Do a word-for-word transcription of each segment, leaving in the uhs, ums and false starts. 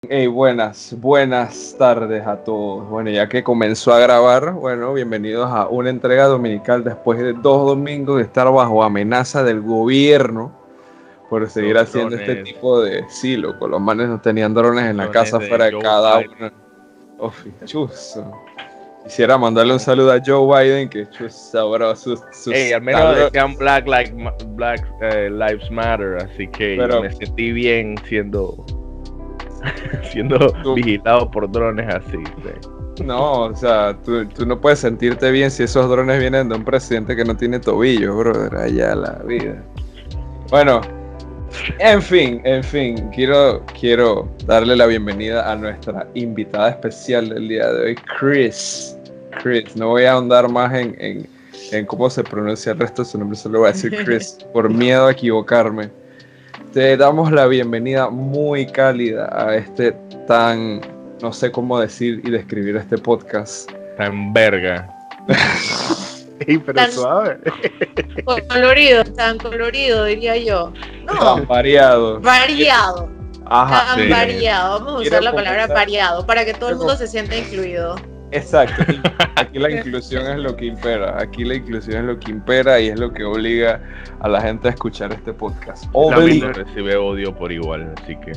Hey, buenas, buenas tardes a todos. Bueno, ya que comenzó a grabar, bueno, bienvenidos a una entrega dominical después de dos domingos de estar bajo amenaza del gobierno por seguir Los haciendo drones. este tipo de... Sí, loco, los manes no tenían drones en la Drones casa de fuera de Joe cada Biden. uno. Oh, chuzo. Quisiera mandarle un saludo a Joe Biden, que chuzo, bro, sus, sus Ey, al menos saludos- decían Black, like, ma- Black eh, Lives Matter, así que Pero- me sentí bien siendo siendo Tú- vigilado por drones así. Sí. No, o sea, tú, tú no puedes sentirte bien si esos drones vienen de un presidente que no tiene tobillo, brother, allá la vida. Bueno, en fin, en fin, quiero, quiero darle la bienvenida a nuestra invitada especial del día de hoy, Chris. Chris, no voy a ahondar más en, en, en cómo se pronuncia el resto de su nombre, solo voy a decir Chris, por miedo a equivocarme. Te damos la bienvenida muy cálida a este tan, no sé cómo decir y describir este podcast. Tan verga. Ey, pero Tan- suave. Colorido, tan colorido, diría yo. No, Tan variado. variado, Ajá, tan sí. variado. Vamos a Quiero usar la palabra comenzar- variado para que todo el Quiero mundo com- se sienta incluido. exacto. Aquí la inclusión es lo que impera. Aquí la inclusión es lo que impera y es lo que obliga a la gente a escuchar este podcast. La Obliga. vida recibe odio por igual, así que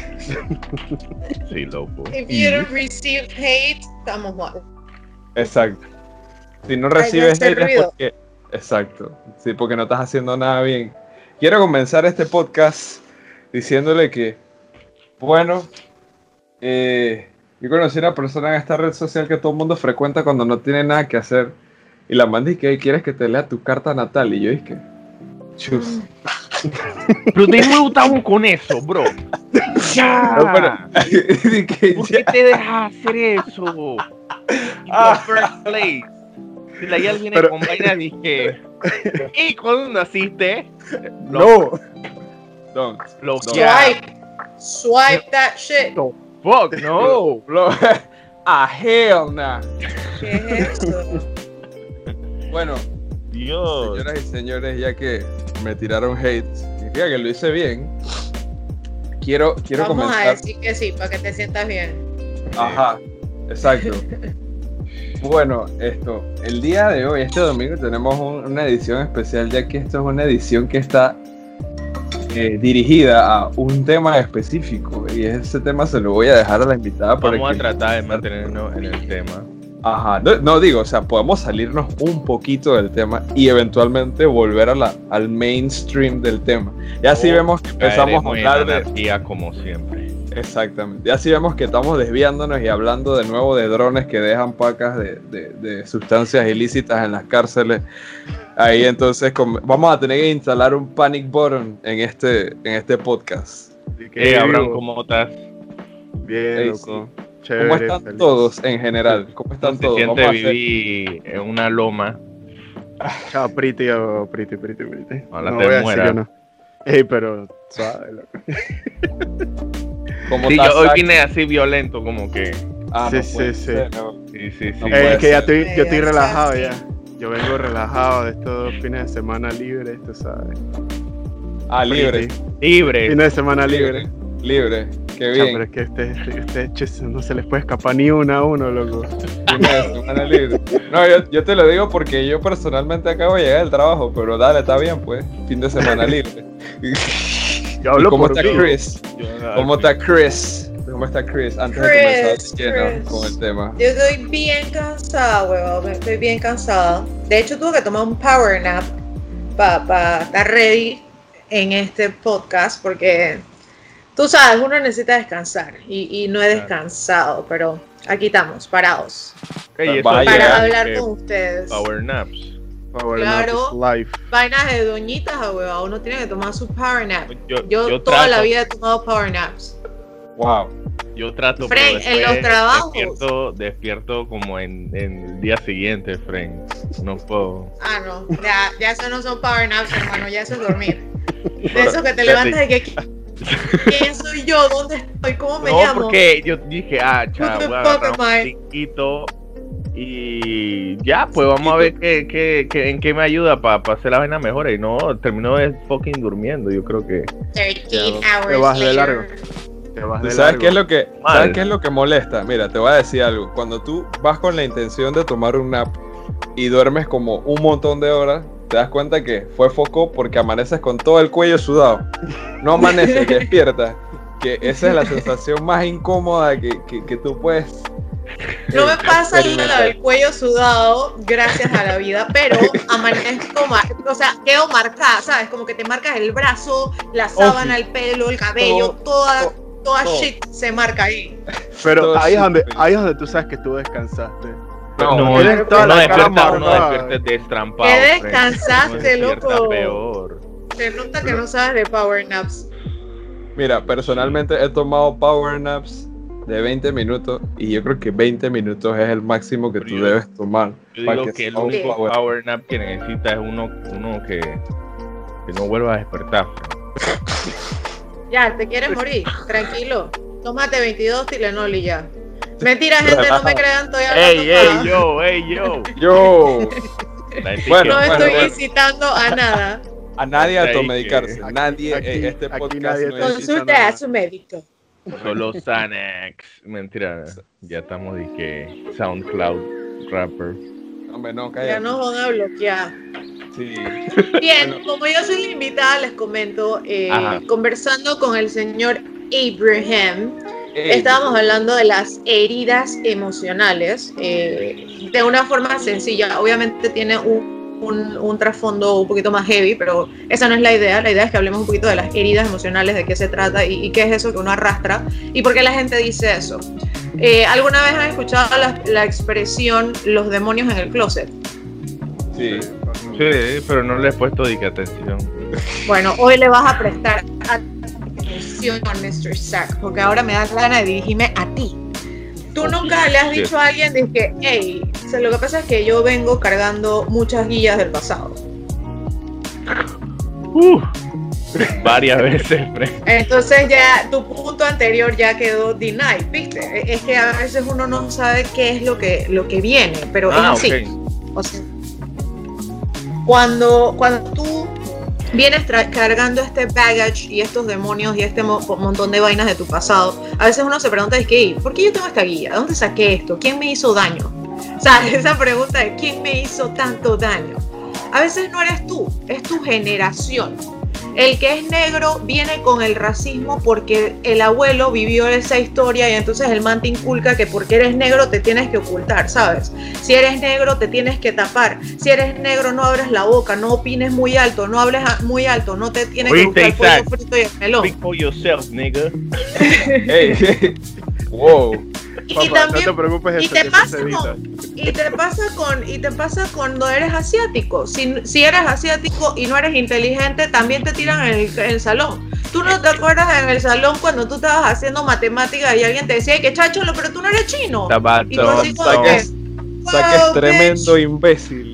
sí, loco. If you don't receive hate, estamos mal. Exacto. Si no recibes hacer hate es ruido. porque... Exacto. Sí, porque no estás haciendo nada bien. Quiero comenzar este podcast diciéndole que, bueno, eh, yo conocí a una persona en esta red social que todo el mundo frecuenta cuando no tiene nada que hacer. Y la man dice que quieres que te lea tu carta natal. Y yo dije, chus. Pero de nuevo estamos con eso, bro. Ya. No, pero- dije, ¿Por qué ya. te dejas hacer eso? In Ah. the first place. Si la alguien viene Pero- con vaina dije, ¿y cuando naciste? No. Don't. Lo No. Swipe, swipe that shit. Fuck, no. Bro, a hell nah. ¿Qué es eso? Bueno, Dios. señoras y señores, ya que me tiraron hate, significa que lo hice bien. Quiero, quiero Vamos a comenzar. decir que sí, para que te sientas bien. Ajá, exacto. Bueno, esto, el día de hoy, este domingo, tenemos un- una edición especial, ya que esto es una edición que está eh, dirigida a un tema específico. Y ese tema se lo voy a dejar a la invitada para Vamos a que... tratar de mantenernos en el tema. Ajá, no, no digo, o sea, podemos salirnos un poquito del tema y eventualmente volver a la, al mainstream del tema. Ya así O vemos que empezamos a caeremos en hablar de... anarquía como siempre. Exactamente. Ya sí vemos que estamos desviándonos y hablando de nuevo de drones que dejan pacas de, de- de sustancias ilícitas en las cárceles. Ahí entonces com- vamos a tener que instalar un panic button en este, en este podcast. Así que Eh, Abraham, vivo. ¿cómo estás? Bien, Ey, loco. Chévere, ¿Cómo están feliz. todos en general? ¿Cómo están Se todos? siente Vamos a hacer- vivir en una loma. Chao, pretty, oh, pretty, pretty, pretty. Ojalá no te voy a muera. decir yo no. Ey, pero suave, loco. ¿Cómo Sí, estás, yo hoy Zach? vine así violento, como que. Ah, Sí, no sí, puede sí. ser, no. Sí, sí, sí. No Ey, puede es que ya ser. estoy, yo estoy Ey, relajado así. ya. Yo vengo relajado de estos fines de semana libres, tú sabes. Ah, libre. Pretty. Libre. Fines de semana libre. Libre. Qué Chao, bien. pero es que este, este chis, no se les puede escapar ni una a uno, loco. Fin de semana libre. No, yo, yo te lo digo porque yo personalmente acabo de llegar del trabajo, pero dale, está bien, pues. Fin de semana libre. Yo hablo ¿Y ¿Cómo por está mí. Chris? Yo- ¿Cómo está Chris? ¿Cómo está Chris? Antes de Chris, comenzar de lleno Chris. con el tema. Yo estoy bien cansada, huevón. Estoy bien cansada. De hecho, tuve que tomar un power nap para estar ready en este podcast porque tú sabes, uno necesita descansar y, y no he Claro. descansado, pero aquí estamos, parados, Ey, eso Vaya. de para Ay, hablar que con ustedes. Power naps. Power Claro. Nap is life. Vainas de doñitas, huevón. Uno tiene que tomar su power nap. Yo, Yo, yo toda trato, la vida he tomado power naps. Wow. Yo trato, Fren, pero en después los trabajos. Despierto, despierto como en, en el día siguiente, Fren. No puedo. Ah, no, ya, ya eso no son power naps, hermano, ya eso es dormir. De Pero- eso que te levantas y que ¿quién soy yo? ¿Dónde estoy? ¿Cómo me No, llamo? porque yo dije, ah, chao, the voy a fuck agarrar am un I? cinquito y ya, pues vamos a ver qué, qué, qué- en qué me ayuda para hacer la vaina mejor. Y no, termino de fucking durmiendo, yo creo que. trece Te hours vas de later. largo. Te vas ¿Tú de sabes largo. qué es lo que ¿Sabes qué es lo que molesta? Mira, te voy a decir algo. Cuando tú vas con la intención de tomar un nap y duermes como un montón de horas, te das cuenta que fue foco porque amaneces con todo el cuello sudado. No amaneces, despiertas. Que esa es la sensación más incómoda que, que, que tú puedes. No me pasa lo del cuello sudado, gracias a la vida, pero amanezco, mar- o sea, quedo marcada, ¿sabes? Como que te marcas el brazo, la sábana, el pelo, el cabello, Todo, toda, todo, toda todo. shit se marca ahí. Pero Todo ahí es, donde, súper. ahí es donde tú sabes que tú descansaste. No, No, no, tienes toda no la cara despiertas, no amargada. despiertas destrampado. ¿Qué Frank. descansaste, Uno despierta loco? peor. Se nota que no sabes de power naps. Mira, personalmente he tomado power naps de veinte minutos y yo creo que veinte minutos es el máximo que tú Yo- debes tomar. Yo para digo que el sea un único power- power nap que necesita es uno, uno que, que no vuelva a despertar. Ya, ¿te quieres morir? Tranquilo. Tómate veintidós Tylenol y ya. Mentira, gente, no me crean, estoy hablando ¡Ey, paja. ey, yo, ey, yo! Yo, La gente Bueno, que- No bueno, estoy bueno. incitando a nada. a nadie a Hasta ahí automedicarse. que- Nadie aquí- en este aquí podcast nadie no te- es- Consulte nada. a su médico. Solo Xanax. Mentira, ya estamos de que SoundCloud rapper. Hombre, no, Ya cállate. nos van a bloquear. Sí. Bien, como yo soy la invitada, les comento, eh, Ajá. conversando con el señor Abraham, Ey, estábamos hablando de las heridas emocionales eh, de una forma sencilla. Obviamente tiene un, un, un trasfondo un poquito más heavy, pero esa no es la idea. La idea es que hablemos un poquito de las heridas emocionales, de qué se trata y, y qué es eso que uno arrastra y por qué la gente dice eso. Eh, ¿Alguna vez han escuchado la, la expresión los demonios en el closet? Sí. Sí, pero no le he puesto de que atención. Bueno, hoy le vas a prestar atención a mister Zack, porque ahora me da la gana de dirigirme a ti. Tú Oh, nunca le has shit. dicho a alguien de que, hey, o sea, lo que pasa es que yo vengo cargando muchas guías del pasado. Uh, varias veces, Frank. Entonces ya tu punto anterior ya quedó denied, ¿viste? Es que a veces uno no sabe qué es lo que, lo que viene, pero Ah, es así. ok. O sea, cuando, cuando tú vienes tra- cargando este baggage y estos demonios y este mo- montón de vainas de tu pasado, a veces uno se pregunta, es que, ¿por qué yo tengo esta guía? ¿De dónde saqué esto? ¿Quién me hizo daño? O sea, esa pregunta de ¿quién me hizo tanto daño? A veces no eres tú, es tu generación. El que es negro viene con el racismo porque el abuelo vivió esa historia y entonces el man te inculca que porque eres negro te tienes que ocultar, ¿sabes? Si eres negro te tienes que tapar. Si eres negro no abres la boca, no opines muy alto, no hables a- muy alto, no te tienes que Oíste, buscar el Isaac. pollo frito y el melón. Speak for yourself, nigga. Ey, wow. Y, Papá, también no te preocupes, y eso, te que pasa eso se evita. con- y te pasa con y te pasa cuando eres asiático. Si, si eres asiático y no eres inteligente, también te tiran en el, en el salón. Tú no te acuerdas en el salón cuando tú estabas haciendo matemáticas y alguien te decía que chacholo, pero tú no eres chino. Y tú así como Tabato. que, Saques "Wow, tremendo imbécil.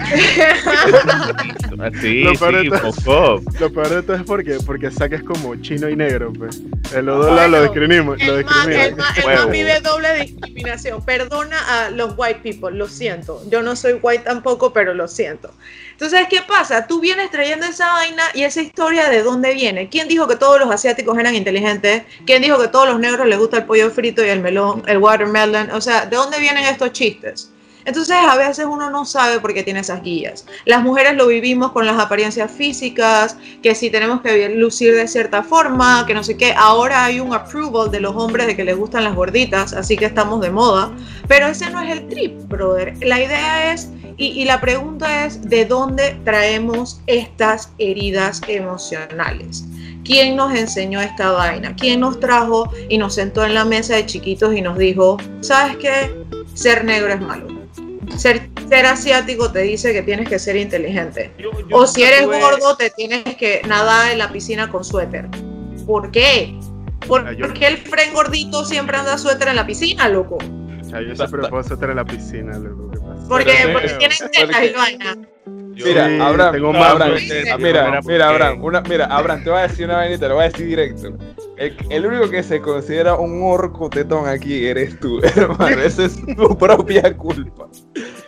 Así, Lo peor sí, de todo- poco. Lo peor de todo es porque, porque saques como chino y negro, pues. En los dos Bueno, lados lo discriminamos. Lo El man, el discriminan. man- el Huevo. man vive doble discriminación. Perdona a los white people, lo siento. Yo no soy white tampoco, pero lo siento. Entonces, ¿qué pasa? Tú vienes trayendo esa vaina y esa historia de dónde viene. ¿Quién dijo que todos los asiáticos eran inteligentes? ¿Quién dijo que a todos los negros les gusta el pollo frito y el melón, el watermelon? O sea, ¿de dónde vienen estos chistes? Entonces a veces uno no sabe por qué tiene esas guías. Las mujeres lo vivimos con las apariencias físicas, que si tenemos que lucir de cierta forma, que no sé qué. Ahora hay un approval de los hombres de que les gustan las gorditas, así que estamos de moda. Pero ese no es el trip, brother. La idea es, y, y la pregunta es, ¿de dónde traemos estas heridas emocionales? ¿Quién nos enseñó esta vaina? ¿Quién nos trajo y nos sentó en la mesa de chiquitos y nos dijo, ¿sabes qué? Ser negro es malo. Ser, ser asiático te dice que tienes que ser inteligente. Yo- yo O si nunca eres tuve- gordo, te tienes que nadar en la piscina con suéter. ¿Por qué? ¿Por Ah, yo- qué el fren gordito siempre anda suéter en la piscina, loco? O sea, yo siempre puedo estar en la piscina, loco. ¿Qué pasa? Porque, Pero- porque tienen tetas y vaina. yo- Mira, Sí, Abraham, tengo no, más Abraham, hambre. ah, Yo mira, era mira, porque- Abraham, una, mira, Abraham, te voy a decir una vaina y te lo voy a decir directo. El, el único que se considera un orco tetón aquí eres tú, hermano. Esa es tu propia culpa.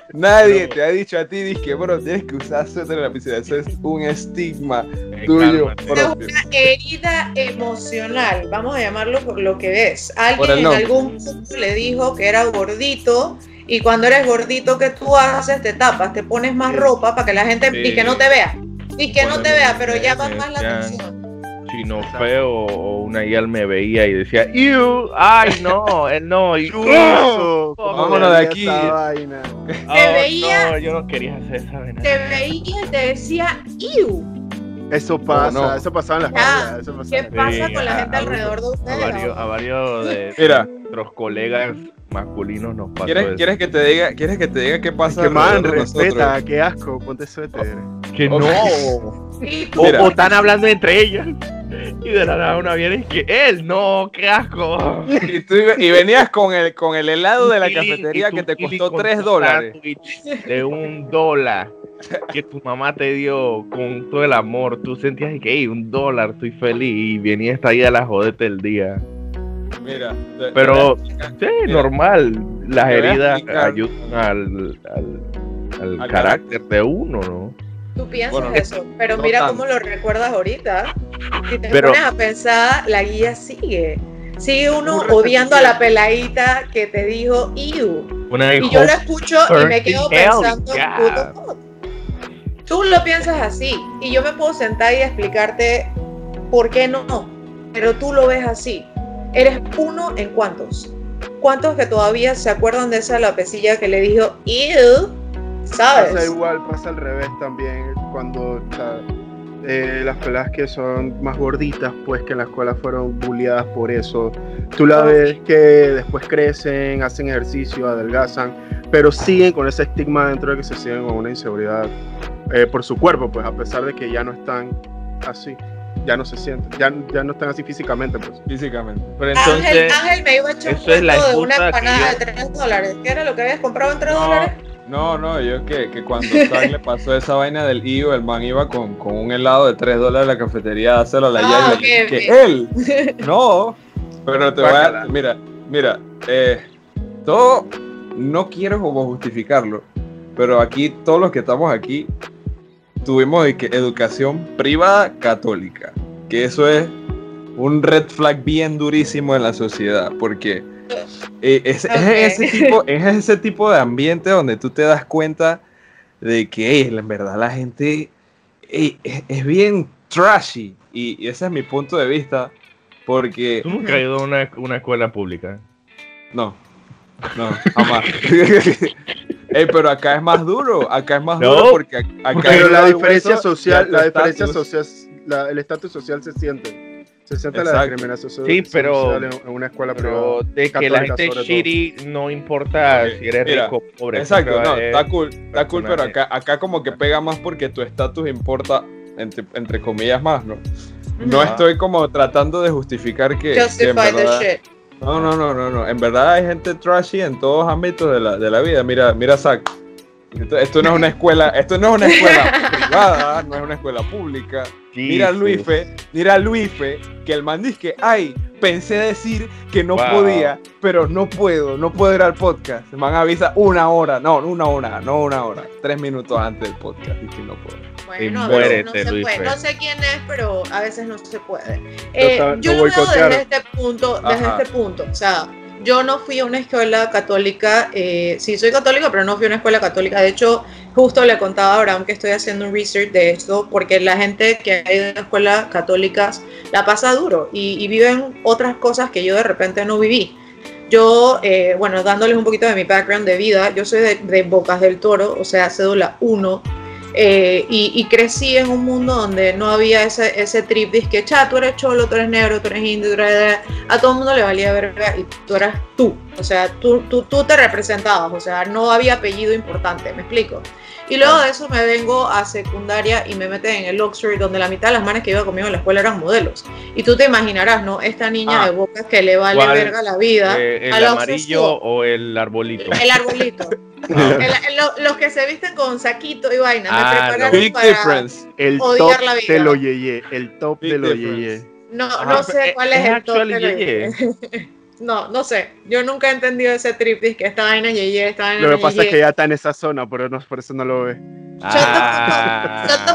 nadie Pero- te ha dicho a ti, dizque, bro, tienes que usar suéter en la piscina. Eso es un estigma Eh, tuyo cálmate. Es propio. una herida emocional, vamos a llamarlo por lo que es. Por Alguien el en nombre. algún punto le dijo que era gordito y cuando eres gordito, ¿qué tú haces? Te tapas, te pones más Sí. ropa para que la gente Sí. y que no te vea. Y que no te Poneme- vea, pero me- llama me más la decían atención. Chino feo o una guía me veía y decía, ¡Ew! ¡Ay, no! Él no. Y, Chuzo, ¿cómo Vámonos de veía aquí. esa vaina? "Oh, veía- No, yo no quería hacer esa vaina. Te veía y te decía, ¡Ew! Eso pasa, no. eso pasaba en las Ya. escuelas, eso ¿Qué pasaba. pasa Sí, con la a- gente a- alrededor de A ustedes? varios, a varios de Mira. nuestros colegas masculinos nos pasó ¿Quieres, eso. ¿Quieres que te diga, quieres que te diga qué pasa Que man, alrededor de respeta, nosotros? qué asco, ponte suéter. Que Ok. no. Sí, tú- O, Mira. o están hablando entre ellas. Y de la nada una viene y que él, no, qué asco. Y, tú, y venías con el, con el helado de la Y- cafetería y tu que te chili costó con tres tu dólares. sándwich de un dólar que tu mamá te dio con todo el amor. Tú sentías que, hey, un dólar, estoy feliz. Y venías ahí a la jodete el día. Mira, te- Pero, te- sí, Mira, normal. Las te voy a heridas explicar. ayudan al, al, al Al carácter de uno, ¿no? Tú piensas Bueno, eso, pero no mira tanto. cómo lo recuerdas ahorita. Si te Pero- pones a pensar, la guía sigue. Sigue uno Un odiando a la resentimiento. peladita que te dijo Ew. Una Y yo lo escucho y me quedo Hell pensando, yeah. "What the fuck?". Tú lo piensas así y yo me puedo sentar y explicarte por qué no, pero tú lo ves así. Eres uno en cuántos. ¿Cuántos que todavía se acuerdan de esa lapecilla que le dijo Ew? Pasa ¿Sabes? igual, pasa al revés también, cuando o sea, eh, las peladas que son más gorditas, pues que en la escuela fueron bulleadas por eso. Tú la Oh, ves sí. que después crecen, hacen ejercicio, adelgazan, pero siguen con ese estigma dentro de que se siguen con una inseguridad eh, por su cuerpo, pues a pesar de que ya no están así, ya no se sienten, ya, ya no están así físicamente, pues. físicamente. Pero Ángel, entonces, Ángel me iba a echar un eso es la cuento de una excusa que empanada yo- de tres dólares. ¿Qué era lo que habías comprado en tres No, dólares? no, no, yo que, que cuando Stan le pasó esa vaina del I O, el man iba con, con un helado de tres dólares a la cafetería a hacerlo a la Ah, llave. y ok, que ok. él, no, pero te voy a, Guácala. mira, mira, eh, todo, no quiero como justificarlo, pero aquí, todos los que estamos aquí, tuvimos de que educación privada católica, que eso es un red flag bien durísimo en la sociedad, porque eh, es, es Ok. ese tipo, es ese tipo de ambiente donde tú te das cuenta de que ey, en verdad la gente ey, es, es bien trashy, y, y ese es mi punto de vista, porque tú nunca has ido a una, una escuela pública. no, no, jamás. Ey, pero acá es más duro, acá es más No, duro porque ac- acá Pero es la al diferencia hueso social, y la alto diferencia estatus. social, la- el estatus social se siente. Se siente la Exacto. discriminación so- Sí, pero- social en, en una escuela Pero privada. de que la católica gente sobre es shitty, no importa Ok, si eres mira, rico o pobre. Exacto, siempre va no, a haber está cool, está cool, pero personajes. acá, acá como que pega más porque tu estatus importa, entre, entre comillas, más, ¿no? No Ajá. estoy como tratando de justificar que, que en Justify the verdad... shit. No, no, no, no, no. En verdad hay gente trashy en todos ámbitos de la, de la vida. Mira, mira, Zach. Esto, esto no es una escuela, esto no es una escuela privada, no es una escuela pública. Mira a Jesus. Luife, mira a Luife, que el man dice que, ay, pensé decir que no Wow. podía, pero no puedo, no puedo ir al podcast. El man avisa una hora, no, una hora, no una hora, tres minutos antes del podcast y que no puedo. Bueno, Y a veces muérete, no se Luis puede. Fe. No sé quién es, pero a veces no se puede. Eh, ta- yo lo lo veo boicotearon. desde este punto, desde Ajá. este punto. O sea, yo no fui a una escuela católica. Eh, sí, soy católica, pero no fui a una escuela católica. De hecho, justo le contaba a Abraham que estoy haciendo un research de esto, porque la gente que ha ido a escuelas católicas la pasa duro y, y viven otras cosas que yo de repente no viví. Yo, eh, bueno, dándoles un poquito de mi background de vida, yo soy de, de Bocas del Toro, o sea, cédula uno. Eh, y, y crecí en un mundo donde no había ese, ese trip de que, cha, tú eres cholo, tú eres negro, tú eres indio, tú eres... a todo el mundo le valía verga y tú eras tú, o sea, tú, tú, tú te representabas, o sea, no había apellido importante, ¿me explico? Y luego de eso me vengo a secundaria y me meten en el Luxury, donde la mitad de las manes que iba conmigo en la escuela eran modelos. Y tú te imaginarás, ¿no? Esta niña Ah. de Bocas que le vale ¿Cuál? verga la vida. Eh, a ¿El la amarillo obsesión. o el arbolito? El arbolito. Ah, El- el- lo- los que se visten con saquito y vaina. Me Ah, prepararon Big para... difference. El Odiar top la vida. de lo yeye, el top Big de lo difference. yeye. No, Ajá, no sé pero cuál es es el top actually de lo- yeye. no, no sé. Yo nunca he entendido ese trip, que esta vaina Yeye, esta vaina Lo que pasa Yeye. es que ya está en esa zona, pero no, por eso no lo ve. Ah. Shut the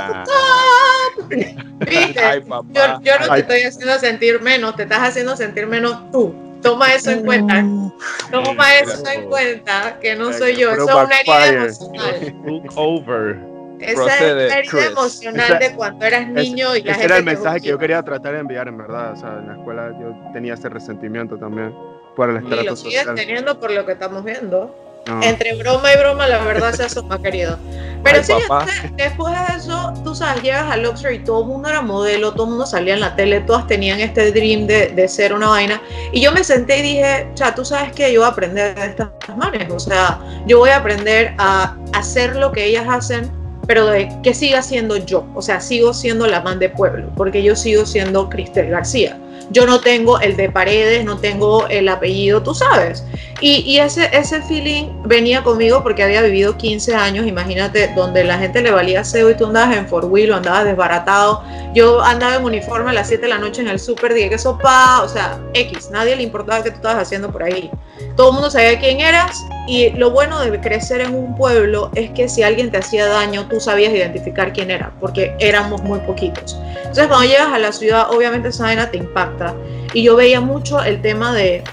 fuck up. ¿Viste? Ay, papá. Yo, yo no te Ay. estoy haciendo sentir menos, te estás haciendo sentir menos tú. Toma eso en cuenta. Toma eso en cuenta, que no soy yo. Pero Eso es una herida backfire. emocional. Look over. Esa Procede, es la herida Chris. emocional Esa- de cuando eras niño y la Ese gente era el te mensaje que yo juzgaba. quería tratar de enviar, en verdad. O sea, en la escuela yo tenía ese resentimiento también por el Y estrato lo sigues social. teniendo por lo que estamos viendo. No. Entre broma y broma, la verdad se asoma, querido. Pero Ay, sí, papá. entonces, después de eso, tú sabes, llegas al Luxury y todo el mundo era modelo, todo el mundo salía en la tele, todas tenían este dream de, de ser una vaina. Y yo me senté y dije, o sea, tú sabes que yo voy a aprender de estas manes, o sea, yo voy a aprender a hacer lo que ellas hacen, pero de que siga siendo yo, o sea, sigo siendo la man de pueblo, porque yo sigo siendo Cristel García. Yo no tengo el de Paredes, no tengo el apellido, tú sabes. Y, y ese, ese feeling venía conmigo porque había vivido quince años, imagínate, donde la gente le valía cebo y tú andabas en four wheel o andabas desbaratado. Yo andaba en uniforme a las siete de la noche en el súper, dije que sopa, o sea, X, nadie le importaba qué tú estabas haciendo por ahí. Todo el mundo sabía quién eras y lo bueno de crecer en un pueblo es que si alguien te hacía daño, tú sabías identificar quién era, porque éramos muy poquitos. Entonces cuando llegas a la ciudad, obviamente esa vaina te impacta. Y yo veía mucho el tema de,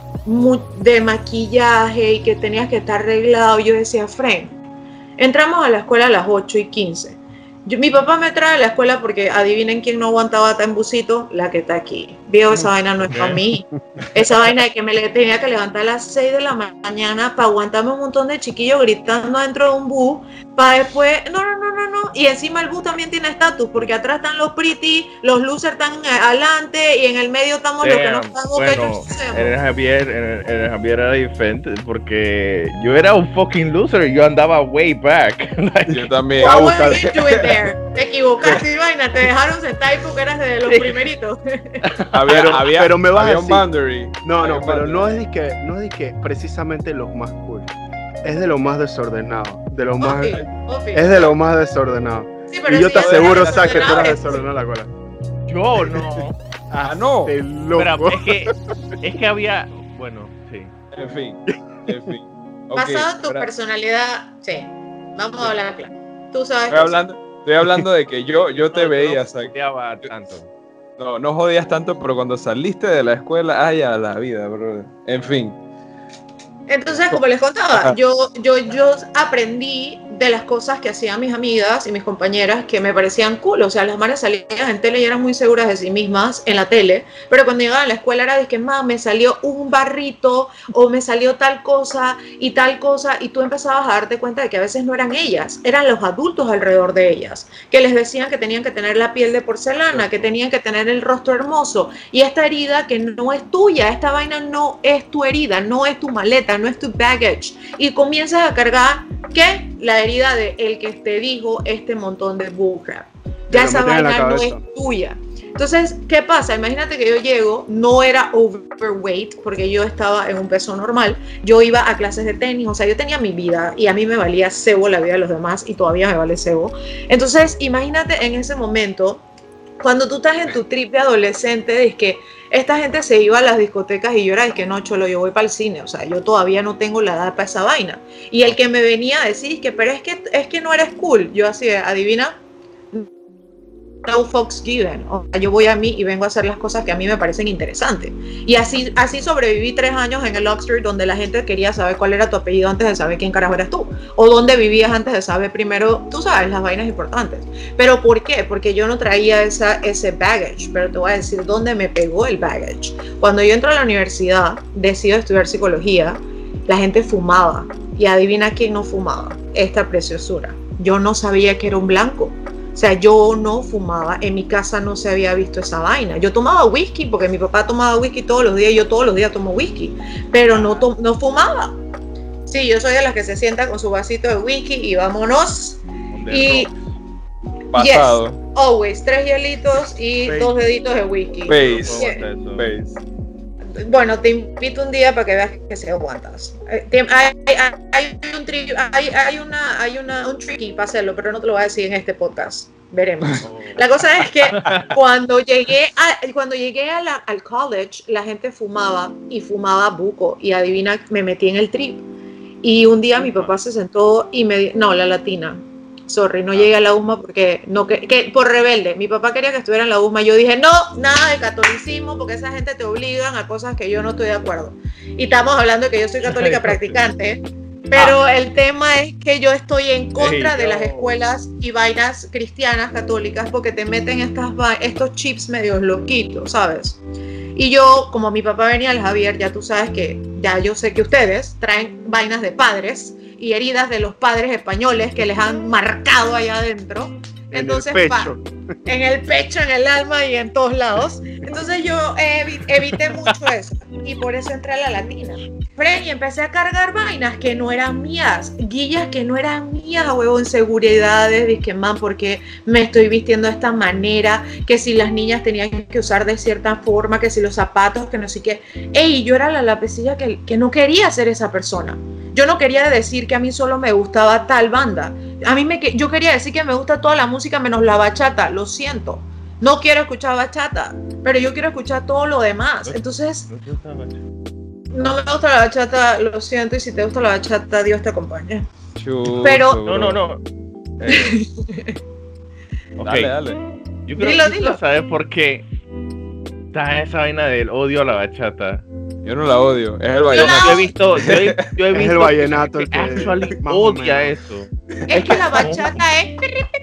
de maquillaje y que tenías que estar arreglado. Yo decía, Fren, entramos a la escuela a las ocho y quince. Yo, mi papá me trae a la escuela porque adivinen quién no aguantaba tan en busito, la que está aquí. Veo, esa vaina no es para mí. Esa vaina de que me le tenía que levantar a las seis de la mañana para aguantarme un montón de chiquillos gritando dentro de un bus, para después, no, no, no, no, no. Y encima el bus también tiene estatus, porque atrás están los pretty, los losers están adelante y en el medio estamos los que no Damn, sabemos bueno, qué nos hacemos. en el Javier, en el, en el Javier era diferente porque yo era un fucking loser, yo andaba way back. Like, Yo también. What a were buscar- you doing there? Te equivocaste, y vaina, te dejaron sentar ahí porque eras de los Sí. primeritos. Había, Pero- había, pero me vas a había un decir- boundary. No, Había no, un pero boundary. no es de que, no es de que precisamente los más cool. Es de lo más desordenado. De lo más, Obvio, obvio. es de lo más desordenado. Sí, pero Y yo si te ya aseguro, sabes Zach, que tú eras desordenado, desordenado la cola. yo no. Ah, no. Te Espera, loco. es que, es que había, bueno, sí. En fin. En fin. Ok, Basado en tu espera. personalidad, sí. Vamos a hablar claro. Tú sabes. Estoy hablando, estoy hablando de que yo, yo te No, yo veía, no Zach. odiaba tanto. No, no jodías tanto, pero cuando saliste de la escuela, ay, a la vida, bro. En fin. Entonces, como les contaba, yo, yo, yo aprendí de las cosas que hacían mis amigas y mis compañeras que me parecían cool. O sea, las manes salían en tele y eran muy seguras de sí mismas en la tele, pero cuando llegaban a la escuela era de que, más me salió un barrito o me salió tal cosa y tal cosa, y tú empezabas a darte cuenta de que a veces no eran ellas, eran los adultos alrededor de ellas, que les decían que tenían que tener la piel de porcelana, que tenían que tener el rostro hermoso, y esta herida que no es tuya, esta vaina no es tu herida, no es tu maleta, no es tu baggage, y comienzas a cargar, ¿qué? La herida de el que te dijo este montón de bullcrap. Ya Te lo esa meten en la vaina no es cabeza. tuya. Entonces, ¿qué pasa? Imagínate que yo llego, no era overweight, porque yo estaba en un peso normal, yo iba a clases de tenis, o sea, yo tenía mi vida y a mí me valía cebo la vida de los demás y todavía me vale cebo. Entonces, imagínate en ese momento, cuando tú estás en tu trip de adolescente, es que esta gente se iba a las discotecas y yo era, es que no, cholo, yo voy para el cine, o sea, yo todavía no tengo la edad para esa vaina. Y el que me venía a decir, que, pero es que, es que no eres cool, yo así, adivina, no fucks given. O sea, yo voy a mí y vengo a hacer las cosas que a mí me parecen interesantes. Y así, así sobreviví tres años en el Oxford, donde la gente quería saber cuál era tu apellido antes de saber quién carajo eras tú. O dónde vivías antes de saber primero, tú sabes, las vainas importantes. ¿Pero por qué? Porque yo no traía esa, ese baggage. Pero te voy a decir dónde me pegó el baggage. Cuando yo entro a la universidad, decido estudiar psicología, la gente fumaba. Y adivina quién no fumaba. Esta preciosura. Yo no sabía que era un blanco. O sea, yo no fumaba, en mi casa no se había visto esa vaina. Yo tomaba whisky porque mi papá tomaba whisky todos los días y yo todos los días tomo whisky, pero no, to- no fumaba. Sí, yo soy de las que se sienta con su vasito de whisky y vámonos. Y Pasado. yes, always, tres hielitos y Face. dos deditos de whisky. Face. Yeah. Face. Bueno, te invito un día para que veas que se aguantas. Eh, te- Hay, hay, hay un tri, hay, hay una, hay una, un tricky para hacerlo, pero no te lo voy a decir en este podcast. veremos. La cosa es que cuando llegué, a, cuando llegué a la, al college, la gente fumaba y fumaba buco. Y adivina, me metí en el trip. Y un día mi papá se sentó y me dijo, no, la latina. Sorry, no llegué a la U S M A porque, no, que, que por rebelde. Mi papá quería que estuviera en la U S M A. Yo dije, no, nada de catolicismo porque esa gente te obligan a cosas que yo no estoy de acuerdo. Y estamos hablando de que yo soy católica practicante, pero ah. el tema es que yo estoy en contra hey, de no. las escuelas y vainas cristianas católicas porque te meten estas, estos chips medios loquitos, ¿sabes? Y yo, como mi papá venía al Javier, ya tú sabes que, ya yo sé que ustedes traen vainas de padres y heridas de los padres españoles que les han marcado allá adentro. Entonces, en el pecho, pa, en, el pecho en el alma y en todos lados. Entonces yo evi evité mucho eso y por eso entré a la latina. Y empecé a cargar vainas que no eran mías, guillas que no eran mías, huevo, inseguridades, dije, man, porque me estoy vistiendo de esta manera, que si las niñas tenían que usar de cierta forma, que si los zapatos, que no sé qué. Ey, yo era la lapecilla que, que no quería ser esa persona. Yo no quería decir que a mí solo me gustaba tal banda. A mí me, yo quería decir que me gusta toda la música menos la bachata. Lo siento. No quiero escuchar bachata, pero yo quiero escuchar todo lo demás. Entonces, no me gusta la bachata, lo siento. Y si te gusta la bachata, Dios te acompañe. Chuto, pero, no, no, no. Eh, okay. Dale, dale. Yo creo dilo, que dilo. tú sabes por qué está esa vaina del odio a la bachata. Yo no la odio, es el vallenato. Yo he visto, yo he, yo he visto es el vallenato que, que actually odia eso. Es que la bachata es.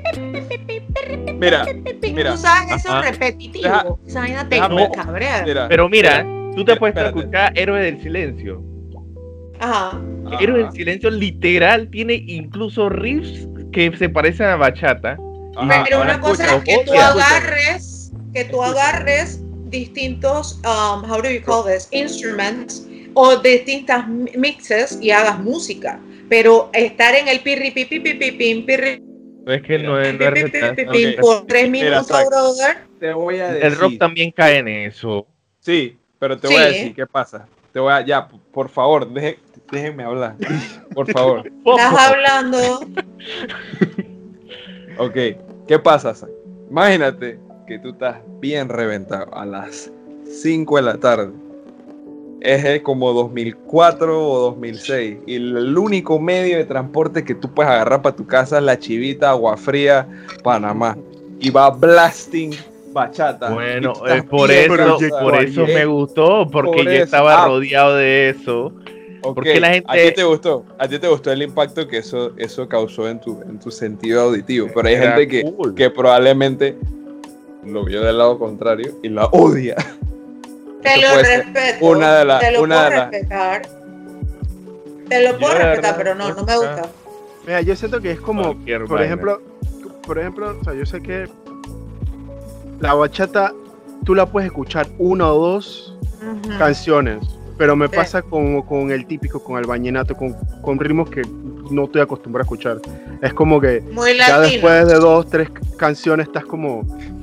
Mira, mira. Tú sabes eso Ajá. repetitivo. Deja, Esa vaina déjame, te cabrea. mira, Pero mira, mira, tú te puedes espérate. escuchar Héroe del Silencio. Ajá. Ajá. Héroe del Silencio literal tiene incluso riffs que se parecen a bachata. Ajá, Pero ahora una cosa escucha, es que tú escucha. agarres, que tú agarres distintos, um, how do you call this, instruments o distintas mixes y hagas música. Pero estar en el pirri pipi pipi pim pirri Es que no es, no es pipi verdad. pipi pim Ok. por tres Mira, minutos, Zach, brother. Te voy a decir. El rock también cae en eso. Sí, pero te Sí. voy a decir qué pasa. Te voy a, ya, por favor, deje, déjenme hablar. Por favor. Estás hablando. Ok, ¿qué pasa, Zach? Imagínate que tú estás bien reventado a las cinco de la tarde. Es eh, como dos mil cuatro o dos mil seis y el único medio de transporte que tú puedes agarrar para tu casa es la Chivita, Agua Fría, Panamá. Y va blasting bachata. Bueno, Y tú estás eh, por bien eso, reventado por ahí, eso eh. me gustó, porque Por yo eso. estaba Ah. rodeado de eso. Ok, Porque la gente- ¿A ti te gustó? ¿A ti te gustó el impacto que eso, eso causó en tu, en tu sentido auditivo? Pero hay Era gente que, cool. que probablemente lo vio del lado contrario y la odia. Te Eso lo puede ser respeto. una de las- te lo una puedo de las- respetar. Te lo Yo puedo la respetar, verdad, pero no, no me gusta. Mira, yo siento que es como, Cualquier por vaina. ejemplo, por ejemplo, o sea, yo sé que la bachata tú la puedes escuchar una o dos Ujú. canciones, pero me Sí. pasa con, con el típico, con el vallenato, con, con ritmos que no estoy acostumbrado a escuchar. Es como que Muy ya latino. después de dos, tres canciones estás como,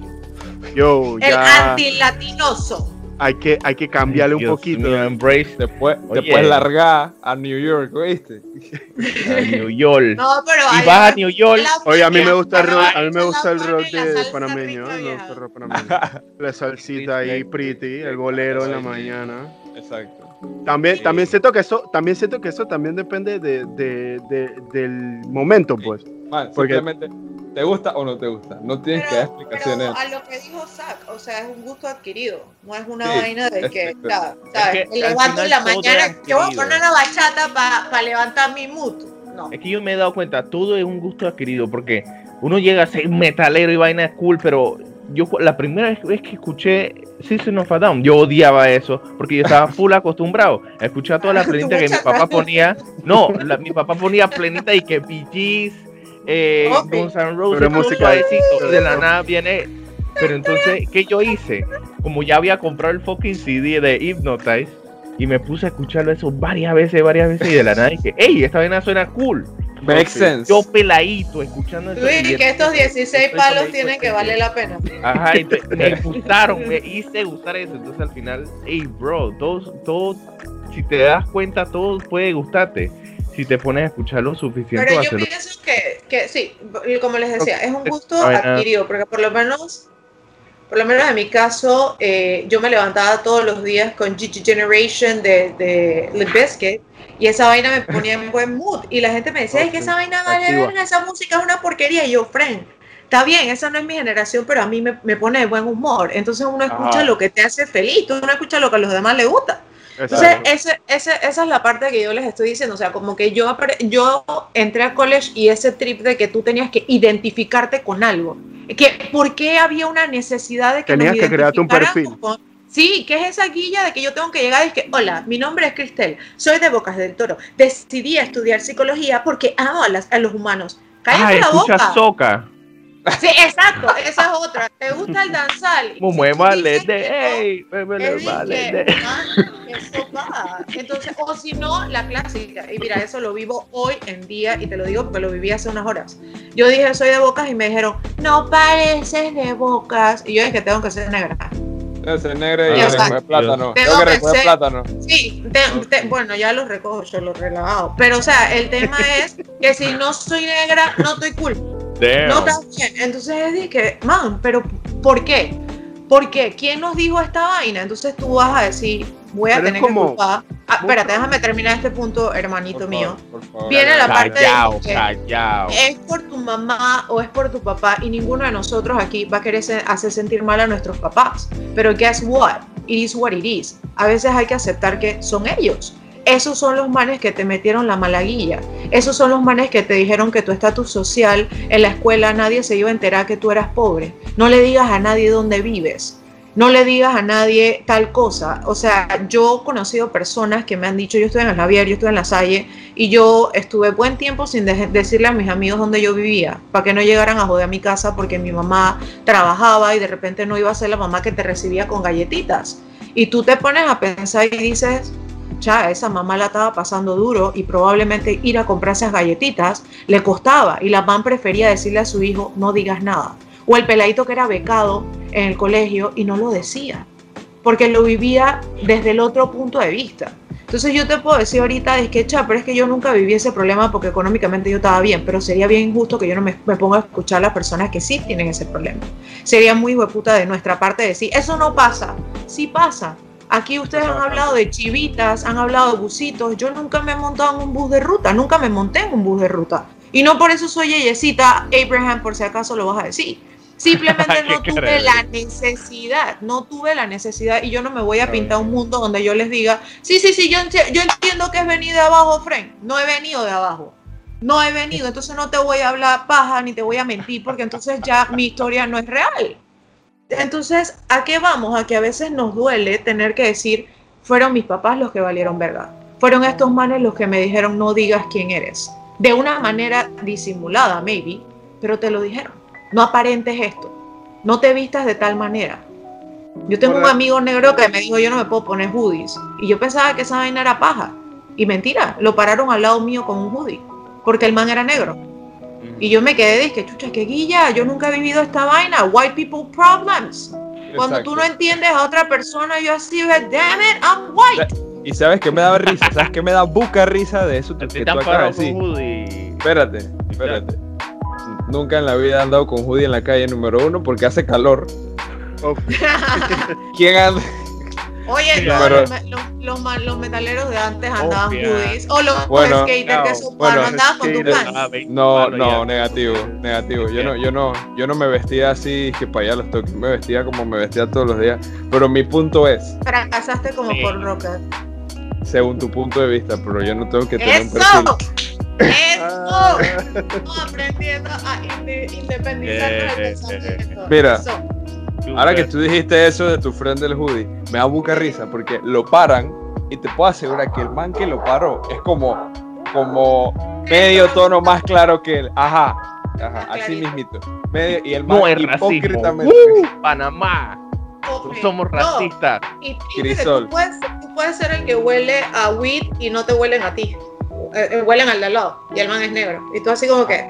yo, El ya antilatinoso. hay que, hay que cambiarle un Dios poquito. mío, embrace Después, Oye. después largar a New York, ¿oíste? a New York. No, pero Y hay- vas a New York. la Oye, a mí me Fania, gusta el pero rock, hay a mí me la gusta el Fania rock y la de salsa panameño, rica me vieja. gusta el rock panameño. La salsita ahí, pretty, el bolero en la mañana. Exacto. También, Sí. también siento que eso, también siento que eso también depende de, de- de- del momento, pues. Man, Porque- simplemente, ¿te gusta o no te gusta? No tienes que dar Pero, explicaciones. pero a lo que dijo Zach, o sea, es un gusto adquirido, no es una Sí, vaina de que, exacto. ya, ¿sabes? que Me al levanto en la final todo mañana, es yo voy a adquirido. poner la bachata para levantar mi mood. No. Es que yo me he dado cuenta, todo es un gusto adquirido, porque uno llega a ser metalero y vaina cool, pero yo la primera vez que escuché System of a Down, yo odiaba eso, porque yo estaba full acostumbrado a escuchar toda la Tu plenita que mi mucha papá razón. ponía. No, la- mi papá ponía plenita y que Bee Gees, eh, Ok. Guns N' Roses, Pero todo música- suavecito, y de la nada viene. Pero entonces, ¿qué yo hice? Como ya había comprado el fucking C D de Hypnotize, y me puse a escucharlo eso varias veces, varias veces, y de la nada dije, ¡ey, esta vaina suena cool! Makes Sí. sense. Yo peladito, escuchando eso. Luis, y que estos dieciséis después me palos di tienen cuenta que valer la pena. Ajá, y te- me gustaron, me hice gustar eso. Entonces al final, hey, bro, todo, todo, si te das cuenta, todo puede gustarte. Si te pones a escuchar lo suficiente, Pero va a yo ser lo- pienso que, que sí, como les decía, es un gusto Bueno. adquirido, porque por lo menos, por lo menos en mi caso, eh, yo me levantaba todos los días con Gigi Generation de, de Limp Bizkit, y esa vaina me ponía en buen mood, y la gente me decía, es que esa vaina vale Activa. verga, esa música es una porquería, y yo, friend, está bien, esa no es mi generación, pero a mí me, me pone de buen humor, entonces uno escucha Ajá. lo que te hace feliz, tú no escuchas lo que a los demás les gusta. Entonces, Exacto. ese, ese, esa es la parte que yo les estoy diciendo, o sea, como que yo, apre- yo entré a college y ese trip de que tú tenías que identificarte con algo, que ¿por qué había una necesidad de que Tenías nos que crearte un identificáramos perfil. con- Sí, que es esa guilla de que yo tengo que llegar y es que, hola, mi nombre es Cristel, soy de Bocas del Toro, decidí estudiar psicología porque amo a, las, a los humanos. Cállate Ay, la escucha boca. Soca. Sí, exacto, esa es otra. ¿Te gusta el danzal? Como Si me tú vale dices de, que no, ey, me vale, es vale que, de. man, eso va. Entonces, o si no, la clásica. Y mira, eso lo vivo hoy en día y te lo digo porque lo viví hace unas horas. Yo dije, soy de Bocas y me dijeron, no pareces de Bocas. Y yo dije, tengo que ser negra. Debe ser negra y O sea, recoger plátano. tengo Tengo que que recoger ser- plátano. Sí, te- te- bueno, ya los recojo, yo los relajado. Pero, o sea, el tema es que si no soy negra, no estoy cool. Damn. No está bien. Entonces es de que, man, pero ¿por qué? ¿Por qué? ¿Quién nos dijo esta vaina? Entonces tú vas a decir, voy a Pero es tener como- que culpar. Ah, espérate, déjame terminar este punto, hermanito Por mío. favor, por favor. Viene la parte Callao, de que callao. es por tu mamá o es por tu papá y ninguno de nosotros aquí va a querer se- hacer sentir mal a nuestros papás. Pero guess what? It is what it is. A veces hay que aceptar que son ellos. Esos son los manes que te metieron la malaguilla. Esos son los manes que te dijeron que tu estatus social en la escuela nadie se iba a enterar que tú eras pobre. No le digas a nadie dónde vives. No le digas a nadie tal cosa. O sea, yo he conocido personas que me han dicho, yo estoy en el Javier, yo estoy en la Salle, y yo estuve buen tiempo sin de- decirle a mis amigos dónde yo vivía, para que no llegaran a joder a mi casa porque mi mamá trabajaba y de repente no iba a ser la mamá que te recibía con galletitas. Y tú te pones a pensar y dices, cha, esa mamá la estaba pasando duro y probablemente ir a comprar esas galletitas le costaba y la mamá prefería decirle a su hijo, no digas nada. O el peladito que era becado en el colegio y no lo decía, porque lo vivía desde el otro punto de vista. Entonces yo te puedo decir ahorita, es que, cha, pero es que yo nunca viví ese problema porque económicamente yo estaba bien, pero sería bien injusto que yo no me, me ponga a escuchar a las personas que sí tienen ese problema. Sería muy hueputa de nuestra parte decir, eso no pasa, sí pasa. Aquí ustedes han hablado de chivitas, han hablado de busitos, yo nunca me he montado en un bus de ruta, nunca me monté en un bus de ruta. Y no por eso soy yeyecita, Abraham, por si acaso lo vas a decir. Simplemente no Qué tuve chévere. la necesidad, no tuve la necesidad y yo no me voy a pintar un mundo donde yo les diga, sí, sí, sí, yo, enti- yo entiendo que es venir de abajo, friend. No he venido de abajo, no he venido, entonces no te voy a hablar paja ni te voy a mentir porque entonces ya mi historia no es real. Entonces, ¿a qué vamos? A que a veces nos duele tener que decir, fueron mis papás los que valieron verga. Fueron estos manes los que me dijeron no digas quién eres. De una manera disimulada, maybe, pero te lo dijeron. No aparentes esto. No te vistas de tal manera. Yo tengo un amigo negro que me dijo yo no me puedo poner hoodies. Y yo pensaba que esa vaina era paja. Y mentira, lo pararon al lado mío con un hoodie. Porque el man era negro. Y yo me quedé, dije, chucha, qué guilla, yo nunca he vivido esta vaina. White people problems. Cuando Exacto. tú no entiendes a otra persona, yo así, damn it, I'm white. Y sabes que me da risa, sabes que me da buca risa de eso Te que tú están acabas parando de con decir. hoodie. Espérate, espérate. Nunca en la vida he andado con hoodie en la calle, número uno, porque hace calor. Uf, ¿Quién anda? Oye, Sí, no, pero- los, me- los, los ma- los metaleros de antes andaban Obvia. hoodies. O los Bueno, skaters que no, son bueno, no andaban con tu skaters. pants. No, no, negativo, negativo. Yo no, yo no, yo no me vestía así que para allá los toques. Me vestía como me vestía todos los días. Pero mi punto es, Fracasaste como Sí. por rocker. según tu punto de vista, pero yo no tengo que tener un ¡Eso! perfil. ¡Eso! Ah. Estamos aprendiendo a inde- independizarnos del Eh, pensamiento. Mira. Eso. Ahora que tú dijiste eso de tu friend del hoodie, me da buca risa porque lo paran y te puedo asegurar que el man que lo paró es como, como medio tono más claro que él. Ajá, ajá, así Clarito. mismito. Medio, y el man No es racismo. hipócritamente. ¡Uh! Panamá. No Ok, somos no. racistas. Y, y fíjate, Crisol. tú, puedes, tú puedes ser el que huele a weed y no te huelen a ti. Eh, eh, huelen al de al lado. Y el man es negro. Y tú así como que,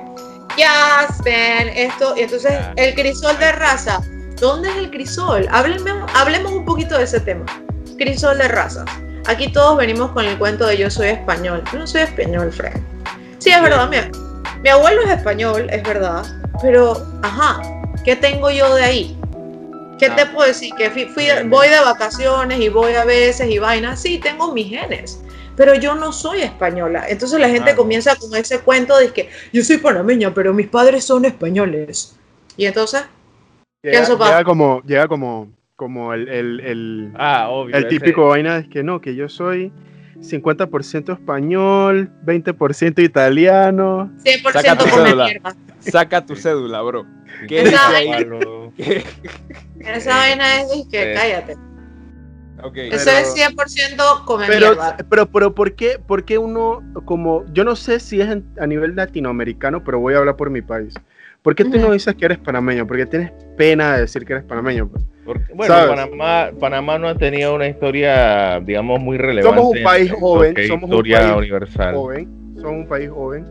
yes, man, esto. Y entonces, el crisol de raza. ¿Dónde es el crisol? Háblenme, hablemos un poquito de ese tema. Crisol de razas. Aquí todos venimos con el cuento de yo soy español. Yo no soy español, Fred. Sí, es verdad, mira. Mi abuelo es español, es verdad, pero, ajá, ¿qué tengo yo de ahí? ¿Qué Ah. te puedo decir? Que fui, fui- voy de vacaciones y voy a veces y vainas. Sí, tengo mis genes, pero yo no soy española. Entonces la gente Ah, no. comienza con ese cuento de que yo soy panameña, pero mis padres son españoles. Y entonces, Llega, eso pasa. llega como, llega como, como el, el, el, Ah, obvio. el ese- típico vaina es que no, que yo soy cincuenta por ciento español, veinte por ciento italiano. cien por Saca ciento tu come cédula. mierda. Saca tu cédula, bro. ¿Qué Esa dice vaina- ahí? Palo. ¿Qué? Esa vaina es de que Sí. cállate. Ok. Eso Pero- es cien por ciento come Pero, mierda. pero, pero ¿por qué, por qué uno, como, yo no sé si es en- a nivel latinoamericano, pero voy a hablar por mi país. ¿Por qué tú Ujú. no dices que eres panameño? Porque tienes pena de decir que eres panameño. Pues. Porque, bueno, ¿Sabes? Panamá, Panamá no ha tenido una historia, digamos, muy relevante. Somos un país en lo joven, que es somos un historia país universal. Joven, somos un país joven.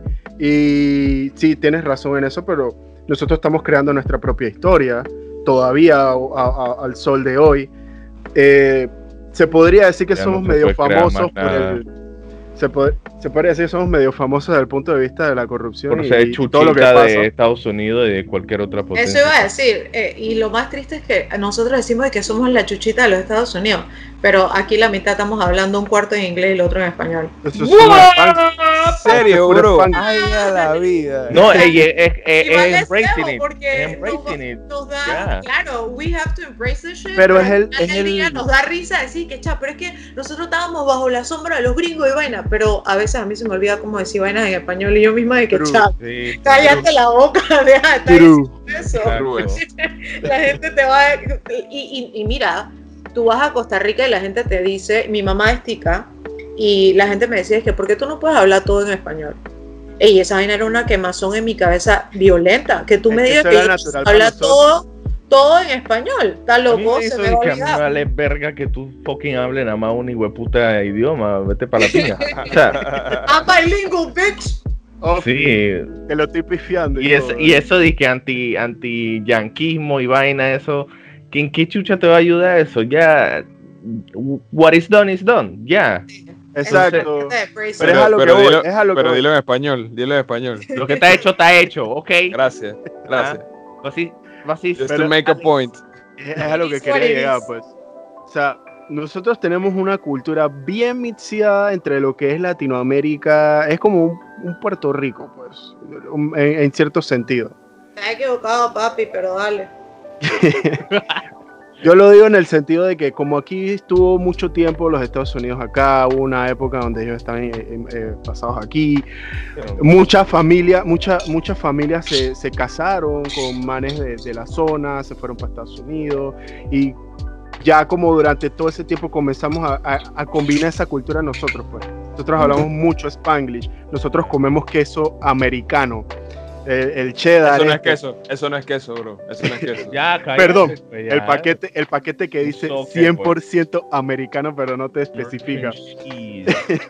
Y sí, tienes razón en eso, pero nosotros estamos creando nuestra propia historia, todavía a- a- al sol de hoy. Eh, se podría decir que Ya somos no se medio puede crear famosos más por nada. el... Se, pod- se podría decir que somos medio famosos desde el punto de vista de la corrupción Por y, ser y todo lo que chuchita pasa. de Estados Unidos y de cualquier otra potencia. Eso iba a decir, eh, y lo más triste es que nosotros decimos que somos la chuchita de los Estados Unidos, pero aquí la mitad estamos hablando un cuarto en inglés y el otro en español. Eso es una fan- ¿En serio, puro bro? fan- Ay, a la vida. No, es, es, es, es Igual es embracing feo it. porque Es embracing nos, it. nos da, Ya. claro, we have to embrace this shit, Pero es el- al final es del el- día nos da risa decir que, cha, pero es que nosotros estábamos bajo la sombra de los gringos y vaina, pero a veces a mí se me olvida cómo decir vainas en español y yo misma de que, True. cha, Sí, cállate la boca, deja de estar True. diciendo eso. exacto. La gente te va a... Y, y, y mira, tú vas a Costa Rica y la gente te dice, mi mamá es tica, y la gente me decía, es que ¿por qué tú no puedes hablar todo en español? Y esa vaina era una quemazón en mi cabeza violenta, que tú Es me que digas eso que era yo natural para habla nosotros. todo, todo en español, está A mí loco, me se hizo me de va a que a mí me olvidar. vale verga que tú fucking hables nada más un hijueputa idioma, vete para la pinga. O sea, I'm bilingual, bitch. Oh, sí. que lo estoy pifiando. Y, es, todo. y eso de que anti, anti yanquismo y vaina, eso, ¿en qué chucha te va a ayudar eso? Ya, what is done is done, ya. Exacto. Gente, embrace Pero it. es a lo que pero voy, dilo, es a lo que pero voy. dilo en español, dilo en español. Lo que está hecho, está hecho, ¿ok? Gracias, gracias. Así, así. Just Pero- to make a point. Es a lo que It is what quería it llegar, is. pues. O sea, nosotros tenemos una cultura bien mixada entre lo que es Latinoamérica. Es como un, un Puerto Rico, pues, un- en, en cierto sentido. Te has equivocado, papi, pero dale. Yo lo digo en el sentido de que como aquí estuvo mucho tiempo los Estados Unidos acá, hubo una época donde ellos estaban eh, eh, pasados aquí, muchas familias, muchas muchas familias se, se casaron con manes de, de la zona, se fueron para Estados Unidos y ya como durante todo ese tiempo comenzamos a, a, a combinar esa cultura nosotros, pues. Nosotros hablamos mucho Spanglish, nosotros comemos queso americano, el, el cheddar. Eso no es este. queso, eso no es queso, bro. Eso no es queso. Ya, cállate, Perdón, pues, ya. El paquete, el paquete que Un dice soque, cien por ciento americano, pero no te especifica. Cheese.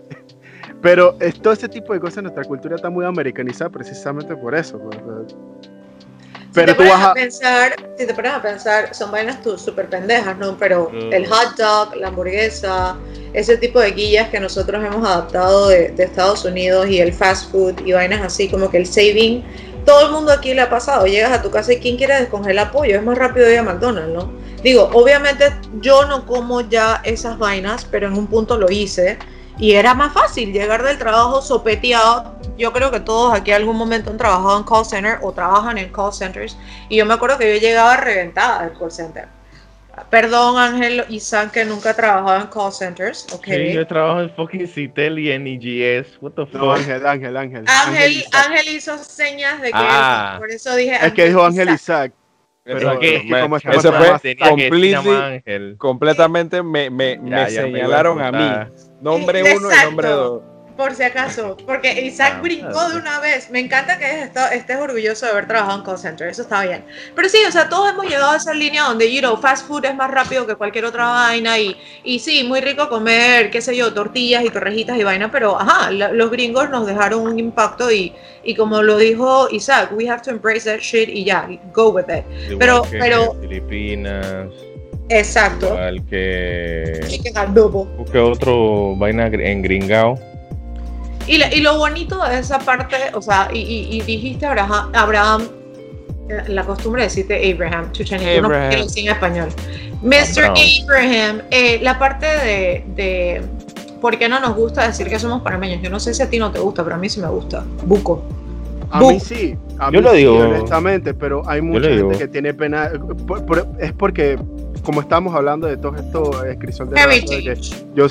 Pero es, todo ese tipo de cosas, nuestra cultura está muy americanizada precisamente por eso. pues, o sea. Pero si te tú pones vas a a... pensar, si te pones a pensar, son vainas tú súper pendejas, ¿no? Pero Mm. el hot dog, la hamburguesa, ese tipo de guillas que nosotros hemos adaptado de, de Estados Unidos y el fast food y vainas así, como que el saving, todo el mundo aquí le ha pasado. Llegas a tu casa y ¿quién quiere descongelar pollo? Es más rápido ir a McDonald's, ¿no? Digo, obviamente yo no como ya esas vainas, pero en un punto lo hice y era más fácil llegar del trabajo sopeteado. Yo creo que todos aquí algún momento han trabajado en call center o trabajan en call centers y yo me acuerdo que yo llegaba reventada del call center. Perdón, Ángel y Sam, que nunca he trabajado en call centers, ok. Sí, yo trabajo en fucking Citel y en E G S. What the fuck? No, Ángel, Ángel, Ángel. Ángel, Isaac. Ángel hizo señas de que Ah. por eso dije Es que dijo Ángel Isaac. Isaac. Pero Eso- que- es que como me- estamos ese fue más- Tenía que decir completely- nada más Ángel. completamente me, me, me Ya, ya me iba a señalaron a, contar. mí. Nombre Exacto. uno y nombre dos. Por si acaso, porque Isaac Ah, brincó claro. de una vez. Me encanta que hayas estado- estés orgulloso de haber trabajado en call center, eso está bien. Pero sí, o sea, todos hemos llegado a esa línea donde, you know, fast food es más rápido que cualquier otra vaina y, y sí, muy rico comer, qué sé yo, tortillas y torrejitas y vaina, pero ajá, la- los gringos nos dejaron un impacto y, y como lo dijo Isaac, we have to embrace that shit y ya, go with it. Igual Pero- que pero- Filipinas. Exacto. Igual que. Chicken adobo. ¿Qué otro vaina gr- en Gringao? Y, la- y lo bonito de esa parte, o sea, y, y- y dijiste Abraham, Abraham, la, la costumbre de decirte Abraham, chucha, ni tú no Abraham. quiero decir en español. mister Abraham. Abraham, eh, la parte de, de por qué no nos gusta decir que somos panameños. Yo no sé si a ti no te gusta, pero a mí sí me gusta. Buco. A Bu- mí sí, a Yo mí lo sí, digo. honestamente, pero hay mucha lo gente digo. que tiene pena. por- por- es porque, como estamos hablando de todo esto, descripción de raza, de que Heritage. yo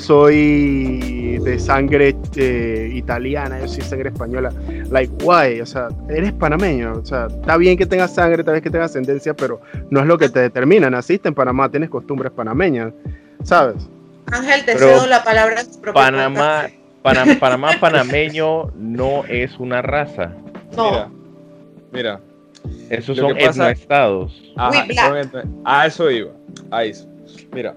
soy de sangre eh, italiana, yo soy sangre española. Like, why? O sea, eres panameño. O sea, está bien que tengas sangre, tal vez que tengas ascendencia, pero no es lo que te determina. Naciste en Panamá, tienes costumbres panameñas, ¿sabes? Ángel, te Pero cedo la palabra en tu propio Panamá, podcast. Pana- Panamá panameño no es una raza. No. Mira, mira. Esos Lo son que pasa- etnoestados. Ajá, We black. son entre- a eso iba. A eso. Mira,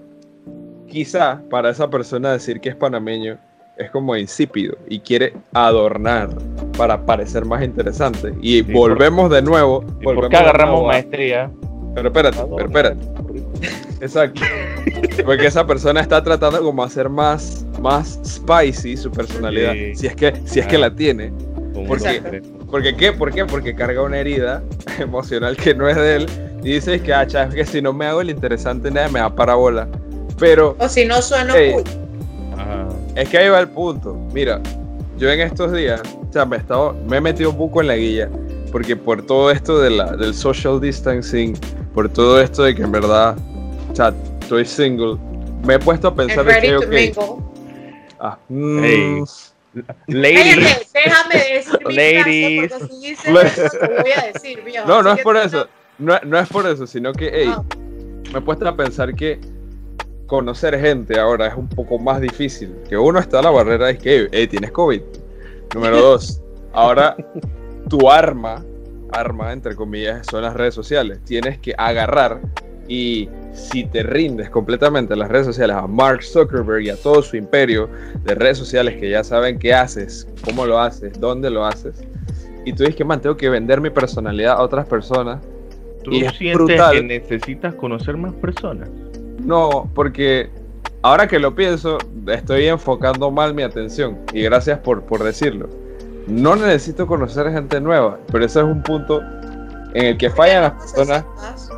quizá para esa persona decir que es panameño es como insípido y quiere adornar para parecer más interesante. Y Sí, volvemos de nuevo. ¿Y volvemos por qué de agarramos nuevo a- maestría? Pero espérate, pero espérate. Exacto. Porque esa persona está tratando como hacer más, más spicy su personalidad. Sí. Si es que, si es que Ah. la tiene. ¿Por qué? Porque ¿qué? ¿Por qué? Porque carga una herida emocional que no es de él. Y dices que, ah, chaval, es que si no me hago el interesante, nada me da parabola. Pero O si no suena Ey. cool. Ajá. es que ahí va el punto. Mira, yo en estos días, o sea, me, he estado- me he metido un poco en la guía. Porque por todo esto de la, del social distancing, por todo esto de que en verdad, o sea, estoy single, me he puesto a pensar And de ready que, to ok, mingle. ah, mm, Hey. Ladies, Cállate, déjame decir mi Ladies. frase, porque si dices eso te voy a decir, viejo. no, no Así es que por tú eso, no, no es por eso, sino que, hey, Ah. me he puesto a pensar que conocer gente ahora es un poco más difícil. Que uno está a la barrera de que, hey, tienes COVID. Número dos, ahora tu arma, arma entre comillas, son las redes sociales. Tienes que agarrar y si te rindes completamente a las redes sociales, a Mark Zuckerberg y a todo su imperio de redes sociales que ya saben qué haces, cómo lo haces, dónde lo haces, y tú dices que, man, tengo que vender mi personalidad a otras personas. ¿tú y es sientes brutal. que necesitas conocer más personas? No, porque ahora que lo pienso, estoy enfocando mal mi atención. Y gracias por, por decirlo. No necesito conocer gente nueva, pero ese es un punto en el que fallan las personas. necesitas.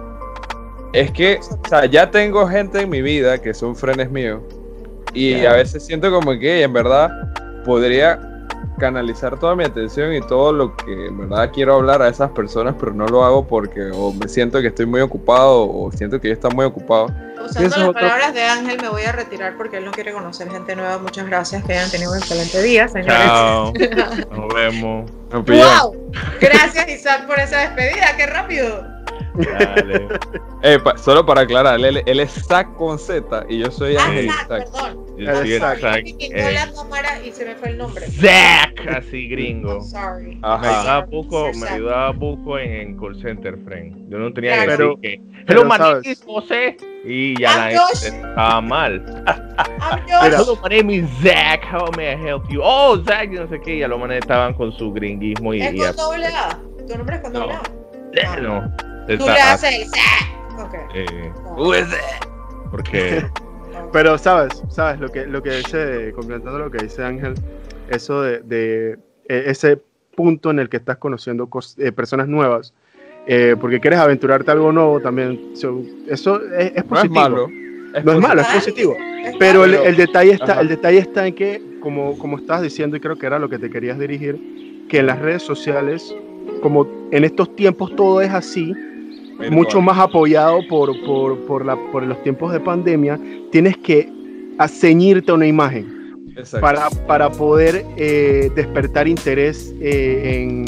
Es que, o sea, ya tengo gente en mi vida que son frenes míos. Y Ya. a veces siento como que en verdad podría canalizar toda mi atención y todo lo que en verdad quiero hablar a esas personas, pero no lo hago porque o me siento que estoy muy ocupado o siento que ellos están muy ocupados. Usando Eso es las otro- palabras de Ángel, me voy a retirar porque él no quiere conocer gente nueva. Muchas gracias, que hayan tenido un excelente día, señores. Chao. Nos vemos. Me pilló. ¡Wow! Gracias, Isaac, por esa despedida. ¡Qué rápido! Dale. Eh, pa- solo para aclarar, él, él es Zack con Z y yo soy Ah, Ángel Isaac, Isaac. perdón. Yo soy el Exacto. Zack, Me quitó eh, la cámara y se me fue el nombre. Zack, así gringo. I'm sorry. Me Ajá. ayudaba poco, Sir me Zack. ayudaba poco en, en call center, friend. Yo no tenía que Pero- decir que pero, hello, my name ¿sabes? is José. Y ya I'm la Josh. gente estaba mal. I'm Josh. Mira. Hello, my name is Zack. How may I help you? Oh, Zack, yo no sé qué. Y a los manes estaban con su gringuismo y, Es y con doble A. ¿Tu nombre es con No. doble A? Eh, no. Tú Está- le haces el Zack. Ok. eh, Who is it? porque Pero sabes, sabes lo que lo que dice, complementando lo que dice Ángel, eso de, de eh, ese punto en el que estás conociendo cos- eh, personas nuevas, eh, porque quieres aventurarte a algo nuevo también. So, eso es, es No es positivo. malo. No es malo, es Ay, positivo. es Pero el, Pero- el detalle está, Ajá. el detalle está en que, como, como estabas diciendo, y creo que era lo que te querías dirigir, que en las redes sociales, como en estos tiempos todo es así, Virtual. mucho más apoyado por, por, por, la, por los tiempos de pandemia, tienes que ceñirte a una imagen Exacto. para, para poder eh, despertar interés eh, en,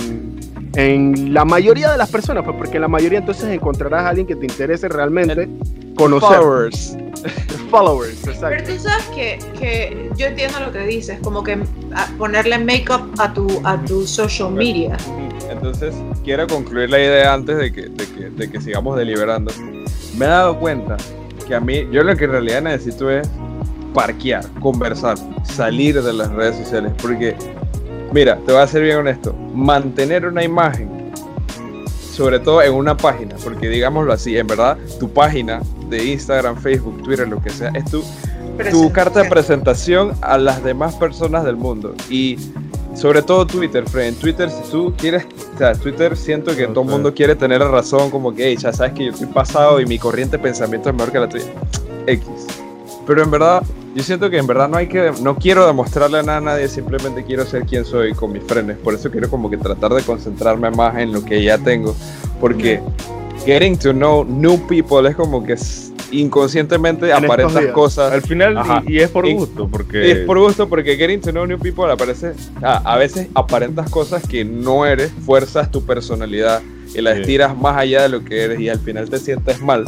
en la mayoría de las personas, pues porque en la mayoría entonces encontrarás a alguien que te interese realmente conocer. Followers. Followers, Pero exacto. tú sabes que, que yo entiendo lo que dices, como que a- ponerle make-up a tu, a tu social media. Entonces, quiero concluir la idea antes de que, de que, de que sigamos deliberando. Me he dado cuenta que a mí, yo lo que en realidad necesito es parquear, conversar, salir de las redes sociales. Porque, mira, te voy a ser bien honesto, mantener una imagen, sobre todo en una página, porque digámoslo así, en verdad, tu página de Instagram, Facebook, Twitter, lo que sea, es tu, tu carta de presentación a las demás personas del mundo. Y sobre todo Twitter, Fred. En Twitter, si tú quieres, o sea, Twitter siento que Okay. todo el mundo quiere tener la razón, como que, hey, ya sabes que yo estoy pasado y mi corriente de pensamiento es mejor que la tuya. X. Pero en verdad, yo siento que en verdad no hay que, no quiero demostrarle a nada a nadie, simplemente quiero ser quien soy con mis frenes. Por eso quiero como que tratar de concentrarme más en lo que ya tengo. Porque getting to know new people es como que inconscientemente En aparentas estos días. cosas. Al final, Ajá. y, y es por Y- gusto, Y porque... es por gusto porque getting to know new people aparece, a, a veces aparentas cosas que no eres, fuerzas tu personalidad y la Sí. estiras más allá de lo que eres y al final te sientes mal.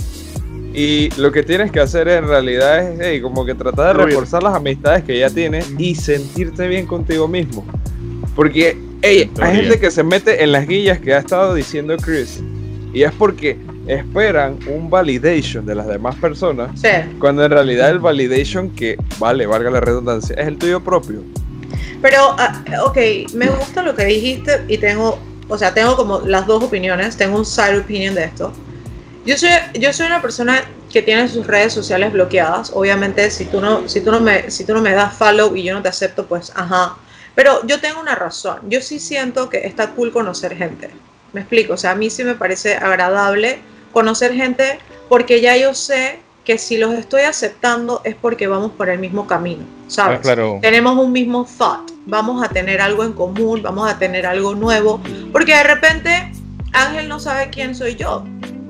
Y lo que tienes que hacer en realidad es hey, como que tratar de Fluir. reforzar las amistades que ya tienes y sentirte bien contigo mismo. Porque hey, En teoría. hay gente que se mete en las guillas que ha estado diciendo Chris y es porque esperan un validation de las demás personas Sí. cuando en realidad el validation que, vale, valga la redundancia, es el tuyo propio. Pero, ah, ok, me gusta lo que dijiste y tengo, o sea, tengo como las dos opiniones, tengo un side opinion de esto. Yo soy, yo soy una persona que tiene sus redes sociales bloqueadas. Obviamente, si tú no, si tú no me, si tú no me das follow y yo no te acepto, pues, ajá. Pero yo tengo una razón. Yo sí siento que está cool conocer gente. Me explico. O sea, a mí sí me parece agradable conocer gente porque ya yo sé que si los estoy aceptando es porque vamos por el mismo camino, ¿sabes? Ah, claro. Tenemos un mismo thought. Vamos a tener algo en común, vamos a tener algo nuevo. Porque de repente Ángel no sabe quién soy yo.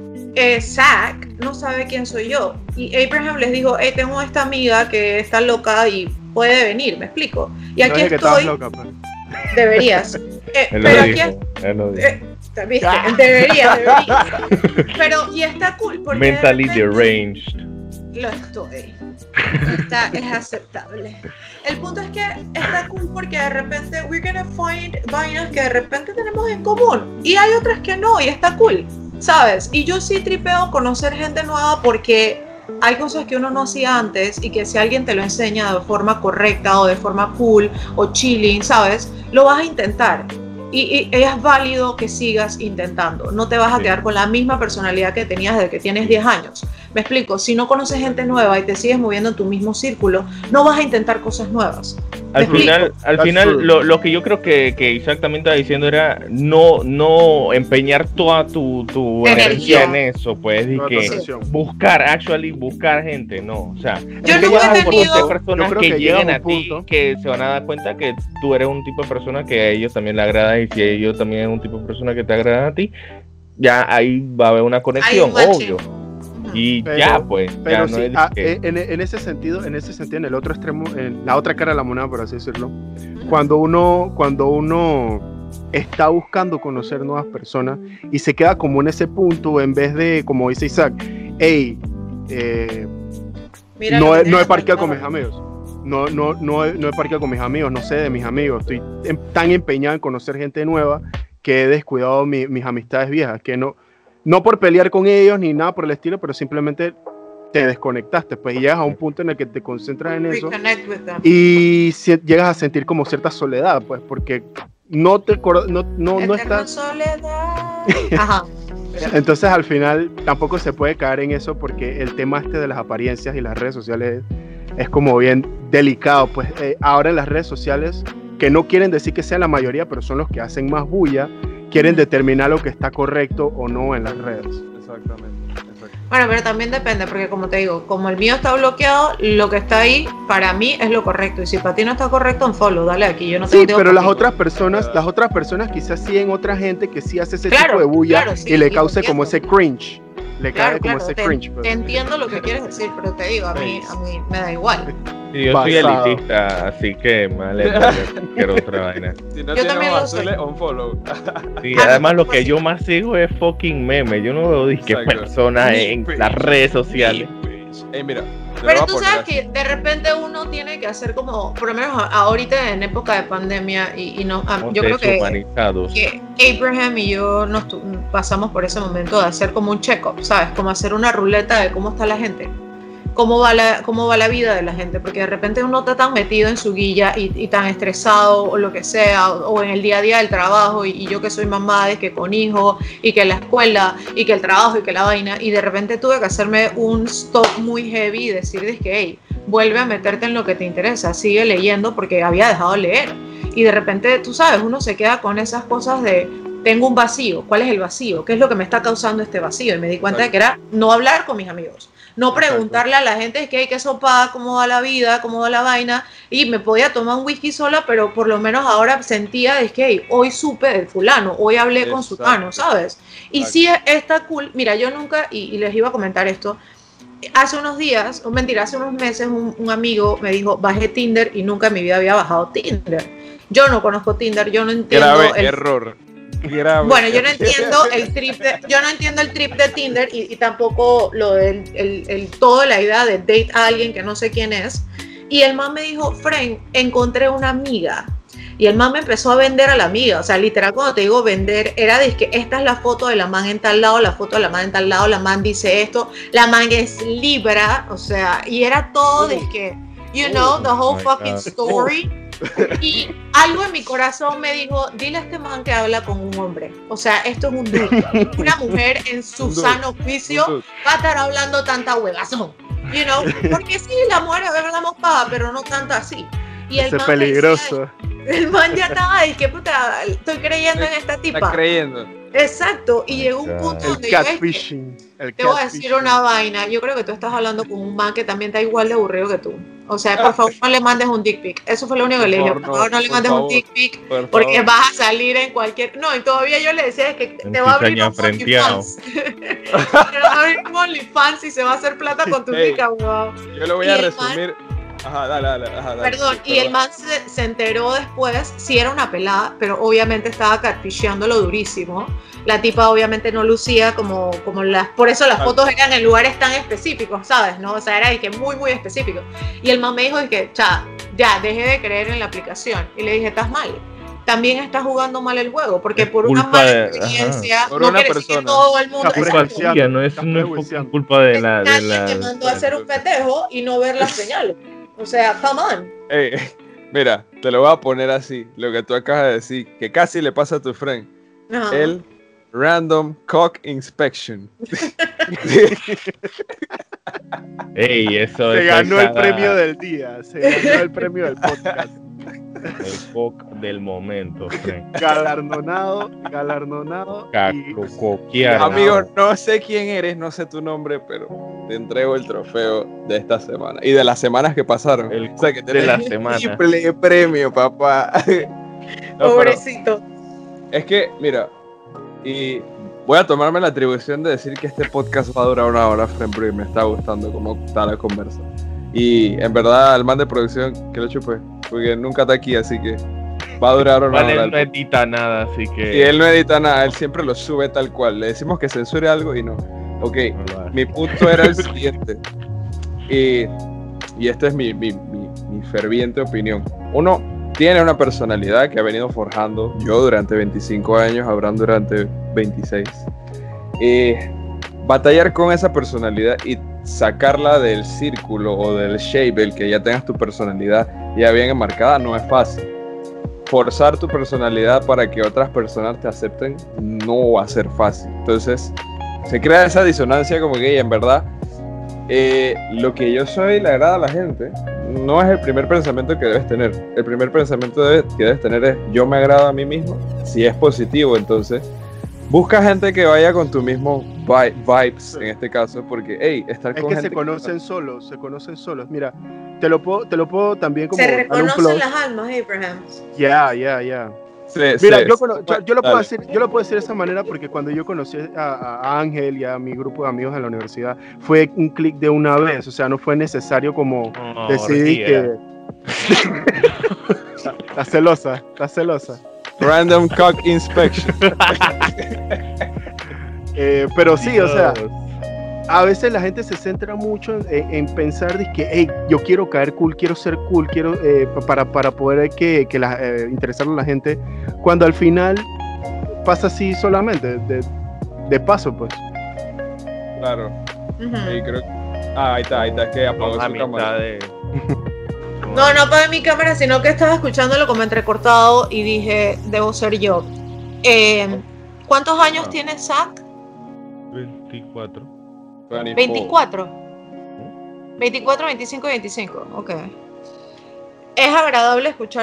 Eh, Zach no sabe quién soy yo y Abraham les dijo, hey, tengo esta amiga que está loca y puede venir, me explico, y aquí No dije que estabas estoy, loca, pues. deberías, Eh, Él lo pero aquí dijo, es- él lo dijo. eh, ¿viste? deberías, deberías, pero y está cool porque de Mentally repente- deranged. lo estoy. Está, es aceptable. El punto es que está cool porque de repente we're gonna find vainas que de repente tenemos en común y hay otras que no y está cool, ¿sabes? Y yo sí tripeo conocer gente nueva porque hay cosas que uno no hacía antes y que si alguien te lo enseña de forma correcta o de forma cool o chilling, ¿sabes? Lo vas a intentar. Y, y es válido que sigas intentando. No te vas a Sí. quedar con la misma personalidad que tenías desde que tienes diez años. Me explico, si no conoces gente nueva y te sigues moviendo en tu mismo círculo, no vas a intentar cosas nuevas. ¿Me Al explico? final, al That's final true. lo, lo que yo creo que, que Isaac también estaba diciendo era no, no empeñar toda tu, tu Energía. energía en eso, pues, y Toda tu que atención. buscar, actually, buscar gente, no, o sea, Yo es que nunca llegas a he un punto tenido- de personas yo creo que, que lleguen llega a un ti punto- que se van a dar cuenta que tú eres un tipo de persona que a ellos también le agrada y si ellos también es un tipo de persona que te agrada a ti, ya ahí va a haber una conexión, un matching. obvio, y Pero- ya, pues, ya Pero no sí, es ah, que- eh, en, en ese sentido, en ese sentido, en el otro extremo, en la otra cara de la moneda, por así decirlo, cuando uno, cuando uno está buscando conocer nuevas personas y se queda como en ese punto, en vez de, como dice Isaac, hey, eh, Mira no, lo que he, no he tienes parqueado con alrededor. mis amigos. No, no, no, he, no he parqueado con mis amigos, no sé de mis amigos. Estoy em- tan empeñado en conocer gente nueva que he descuidado mi- mis amistades viejas. Que no, no por pelear con ellos ni nada por el estilo, pero simplemente te desconectaste. Pues y llegas a un punto en el que te concentras en eso Reconnect with them. y si- llegas a sentir como cierta soledad, pues porque no te cor- no, no, no Eterna estás. soledad. Ajá. Entonces al final tampoco se puede caer en eso porque el tema este de las apariencias y las redes sociales es como bien delicado. Pues eh, ahora en las redes sociales, que no quieren decir que sean la mayoría, pero son los que hacen más bulla, quieren determinar lo que está correcto o no en las redes. Exactamente. exacto. Bueno, pero también depende, porque como te digo, como el mío está bloqueado, lo que está ahí para mí es lo correcto. Y si para ti no está correcto, unfollow, dale aquí. Yo no Sí, tengo tiempo pero las contigo. otras personas, las otras personas quizás siguen otra gente que sí hace ese Claro, tipo de bulla claro, sí, y le y lo cause como ese entiendo. cringe. Le Claro, cae como claro, ese te, cringe. pues. te entiendo lo que quieres decir, pero te digo, a mí, a mí me da igual. Sí, yo soy basado. elitista, así que me vale verga cualquier otra vaina. Si no Yo tienes también ojos lo soy. azules, unfollow. Sí, Ah, además no, lo pues que sí. yo más sigo es fucking meme. Yo no veo disque Exacto. personas Ni en bitch, las redes sociales. ni bitch. Ey, mira, te lo voy Pero a tú poner sabes así. que de repente uno tiene que hacer como, por lo menos a- ahorita en época de pandemia, y, y no, a- Somos yo creo que, deshumanizados. que Abraham y yo nos tu- pasamos por ese momento de hacer como un check-up, ¿sabes? Como hacer una ruleta de cómo está la gente. Cómo va, la, cómo va la vida de la gente, porque de repente uno está tan metido en su guilla y, y tan estresado o lo que sea, o, o en el día a día del trabajo, y, y yo que soy mamá, de que con hijos, y que la escuela, y que el trabajo, y que la vaina, y de repente tuve que hacerme un stop muy heavy y decir, que hey, vuelve a meterte en lo que te interesa, sigue leyendo, porque había dejado de leer. y de repente, tú sabes, uno se queda con esas cosas de, tengo un vacío, ¿cuál es el vacío? ¿Qué es lo que me está causando este vacío? Y me di cuenta Exacto. de que era no hablar con mis amigos, no preguntarle Exacto. a la gente que hay que sopa, cómo va la vida, cómo va la vaina, y me podía tomar un whisky sola, pero por lo menos ahora sentía de que hey, hoy supe del fulano, hoy hablé Exacto. con sultano, ¿sabes? Y Exacto. sí está cool, mira, yo nunca, y, y les iba a comentar esto, hace unos días, o mentira, hace unos meses un, un amigo me dijo, bajé Tinder y nunca en mi vida había bajado Tinder. Yo no conozco Tinder, yo no entiendo Grave el... error. Grave. Bueno, yo no entiendo el trip de, yo no entiendo el trip de Tinder y, y tampoco lo del el, el, todo la idea de date a alguien que no sé quién es. Y el man me dijo, Frank, encontré una amiga. Y el man me empezó a vender a la amiga. O sea, literal, cuando te digo vender, era de que esta es la foto de la man en tal lado, la foto de la man en tal lado, la man dice esto, la man es Libra, o sea, y era todo de que, you know, the whole fucking story. Y algo en mi corazón me dijo, dile a este man que habla con un hombre. O sea, esto es un dude. Una mujer en su sano juicio va a estar hablando tanta huevazón. You know, porque sí, la mujer hablamos paja, pero no tanto así. Y el es peligroso. Decía, el man ya estaba y que puta, estoy creyendo en esta tipa. Está creyendo. Exacto, y llegó un punto el donde catfishing, yo el te voy a decir una vaina. Yo creo que tú estás hablando con un man que también está igual de aburrido que tú. O sea, por favor, no le mandes un dick pic. Eso fue lo único que le dije. Por favor, no le mandes un dick pic porque vas a salir en cualquier. No, y todavía yo le decía que te va a abrir un OnlyFans. Te va a abrir un OnlyFans y se va a hacer plata con tu pica, weón. Yo lo voy a resumir. Ajá, dale, dale, ajá, dale. Perdón, y el man se, se enteró después, sí era una pelada, pero obviamente estaba catfisheándolo durísimo. La tipa obviamente no lucía como, como las, por eso las fotos eran en lugares tan específicos, ¿sabes? ¿No? O sea, era de que muy, muy específico. Y el man me dijo de que, cha, ya, dejé de creer en la aplicación. Y le dije, estás mal. También estás jugando mal el juego, porque es por una mala de, experiencia, por no una quiere persona. decir que todo el mundo... Exacto. No es, no es culpa de la... Nadie de la te mandó a hacer un petejo y no ver las señales. O sea, come on. Hey, mira, te lo voy a poner así, lo que tú acabas de decir, que casi le pasa a tu friend. Uh-huh. El Random Cock Inspection. Ey, eso se eso ganó es el cada... premio del día, se ganó el premio del podcast. El cock del momento, friend. Galardonado, galardonado. Y... Amigo, no sé quién eres, no sé tu nombre, pero te entrego el trofeo de esta semana y de las semanas que pasaron. El o sea, que de la semana. Triple premio, papá. No, pobrecito. Es que, mira, y voy a tomarme la atribución de decir que este podcast va a durar una hora, friend, porque me está gustando cómo está la conversa. Y en verdad, al man de producción, que lo chupé, porque nunca está aquí, así que va a durar una vale, hora. Él no edita nada, así que... Y él no edita nada, él siempre lo sube tal cual. Le decimos que censure algo y no. Ok, no mi punto era el siguiente. Y, y esta es mi, mi, mi, mi ferviente opinión. Uno tiene una personalidad que ha venido forjando yo durante veinticinco años, Abraham durante veintiséis. Y batallar con esa personalidad y sacarla del círculo o del shape, el que ya tengas tu personalidad ya bien enmarcada, no es fácil. Forzar tu personalidad para que otras personas te acepten no va a ser fácil. Entonces se crea esa disonancia como que en verdad eh, lo que yo soy le agrada a la gente. No es el primer pensamiento que debes tener. El primer pensamiento debe, que debes tener es yo me agrado a mí mismo. Si es positivo, entonces busca gente que vaya con tu mismo vi- vibes, en este caso, porque, hey, estar es con que gente se conocen que... solos, se conocen solos. Mira, te lo puedo, te lo puedo también como... Se reconocen las almas, Abraham. Ya, ya, ya. Mira, sí, yo, sí. yo, yo, lo puedo decir, yo lo puedo decir de esa manera porque cuando yo conocí a, a Ángel y a mi grupo de amigos en la universidad, fue un clic de una vez, o sea, no fue necesario como oh, decidir que... Está celosa, está celosa. Random Cock Inspection. eh, pero sí, Dios. O sea, a veces la gente se centra mucho en, en pensar de que, hey, yo quiero caer cool, quiero ser cool, quiero eh, para, para poder que, que la, eh, interesarle a la gente, cuando al final pasa así solamente, de, de paso, pues. Claro. Uh-huh. Y creo que... Ah, ahí está, ahí está, es que apagó su cámara. De... No, no apagué mi cámara, sino que estaba escuchándolo como entrecortado y dije, debo ser yo. Eh, ¿Cuántos años ah. tiene Zach? veinticuatro. veinticuatro. veinticuatro, veinticinco y veinticinco. Ok. Es agradable escuchar que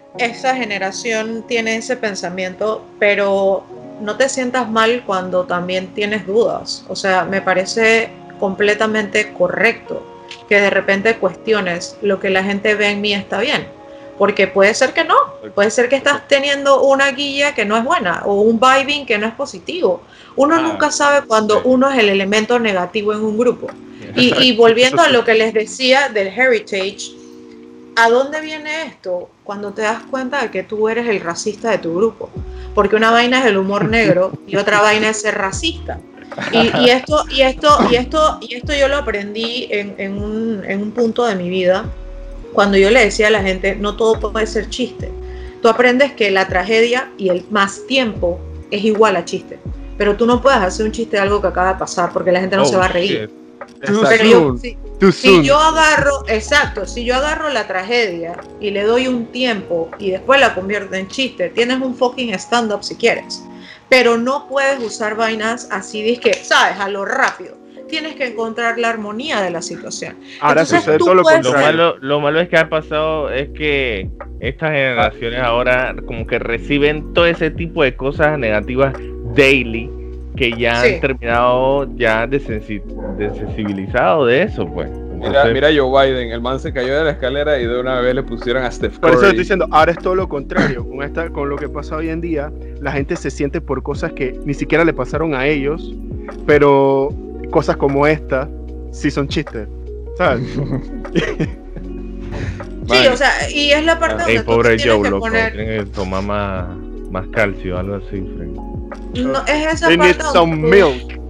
esa generación tiene ese pensamiento, pero no te sientas mal cuando también tienes dudas. O sea, me parece completamente correcto que de repente cuestiones lo que la gente ve en mí está bien. Porque puede ser que no, puede ser que estás teniendo una guía que no es buena o un vibing que no es positivo. Uno ah, nunca sabe cuando sí. uno es el elemento negativo en un grupo. Y, y volviendo a lo que les decía del heritage, ¿a dónde viene esto? Cuando te das cuenta de que tú eres el racista de tu grupo. Porque una vaina es el humor negro y otra vaina es ser racista. Y, y, esto, y, esto, y, esto, y esto yo lo aprendí en, en, un, en un punto de mi vida. Cuando yo le decía a la gente, no todo puede ser chiste. Tú aprendes que la tragedia y el más tiempo es igual a chiste. Pero tú no puedes hacer un chiste de algo que acaba de pasar porque la gente no oh, se va a reír. Pero yo, si, si yo agarro, exacto, si yo agarro la tragedia y le doy un tiempo y después la convierto en chiste, tienes un fucking stand-up si quieres. Pero no puedes usar vainas así, dizque, sabes, a lo rápido. Tienes que encontrar la armonía de la situación. Ahora Entonces, sucede todo lo lo contrario. malo, lo malo es que ha pasado es que estas generaciones ahora como que reciben todo ese tipo de cosas negativas daily que ya sí. han terminado ya desensi desensibilizado de eso, pues. Entonces, mira, mira Joe Biden, el man se cayó de la escalera y de una vez le pusieron a Steph Curry. Por eso estoy diciendo, ahora es todo lo contrario. Con, esta, con lo que pasa hoy en día, la gente se siente por cosas que ni siquiera le pasaron a ellos, pero cosas como esta sí son chistes, ¿sabes? Sí, o sea, y es la parte hey, donde pobre tú tienes Joe, que loco, poner... tiene que tomar más, más calcio, algo así, Frank. No, es esa They parte need some donde tú... milk.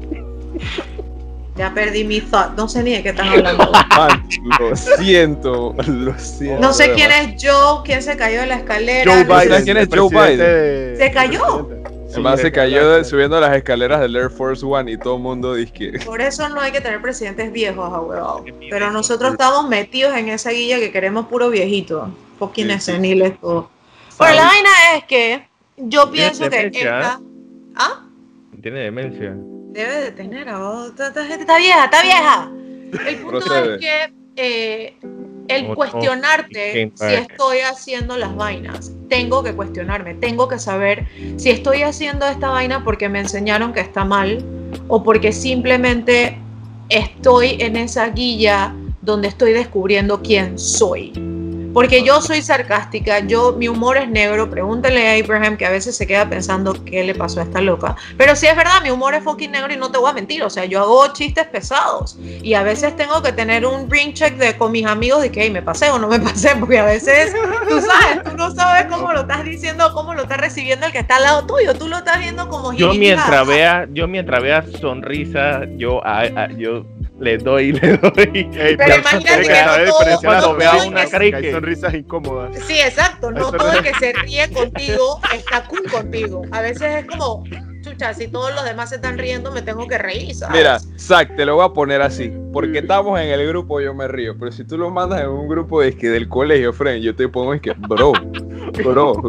Ya perdí mi thought, no sé ni de qué están hablando. Man, lo siento, lo siento. No sé quién es Joe, quién se cayó de la escalera. Joe no Biden. sé ¿Quién es Joe Biden? De... ¿Se cayó? El man se cayó de, subiendo las escaleras del Air Force One y todo el mundo dice que... Por eso no hay que tener presidentes viejos, abuelo. Pero nosotros estamos metidos en esa guilla que queremos puro viejito. Fucking sí, seniles sí. todo. Pero la vaina es que yo pienso que esta... ¿Ah? Tiene demencia. Debe de tener, abuelo. Esta gente está vieja, está vieja. El punto Procede. es que eh, el oh, cuestionarte oh, si estoy haciendo las vainas. Tengo que cuestionarme, tengo que saber si estoy haciendo esta vaina porque me enseñaron que está mal o porque simplemente estoy en esa guilla donde estoy descubriendo quién soy. Porque yo soy sarcástica, yo, mi humor es negro, pregúntale a Abraham que a veces se queda pensando qué le pasó a esta loca. Pero sí es verdad, mi humor es fucking negro y no te voy a mentir, o sea, yo hago chistes pesados y a veces tengo que tener un brain check de, con mis amigos de que hey, me pasé o no me pasé, porque a veces, tú sabes, tú no sabes cómo lo estás diciendo, cómo lo está recibiendo el que está al lado tuyo, tú lo estás viendo como... Yo mientras vea, yo mientras vea sonrisa, yo, a, a, yo... le doy, le doy. Hey, pero imagínate que no todo, cuando vea una cara que hay sonrisas incómodas. Sí, exacto. No todo el que se ríe contigo está cool contigo. A veces es como, chucha, si todos los demás se están riendo, me tengo que reír, ¿sabes? Mira, Zach, te lo voy a poner así. Porque estamos en el grupo, yo me río. Pero si tú lo mandas en un grupo de que del colegio, friend, yo te pongo es que, bro, bro.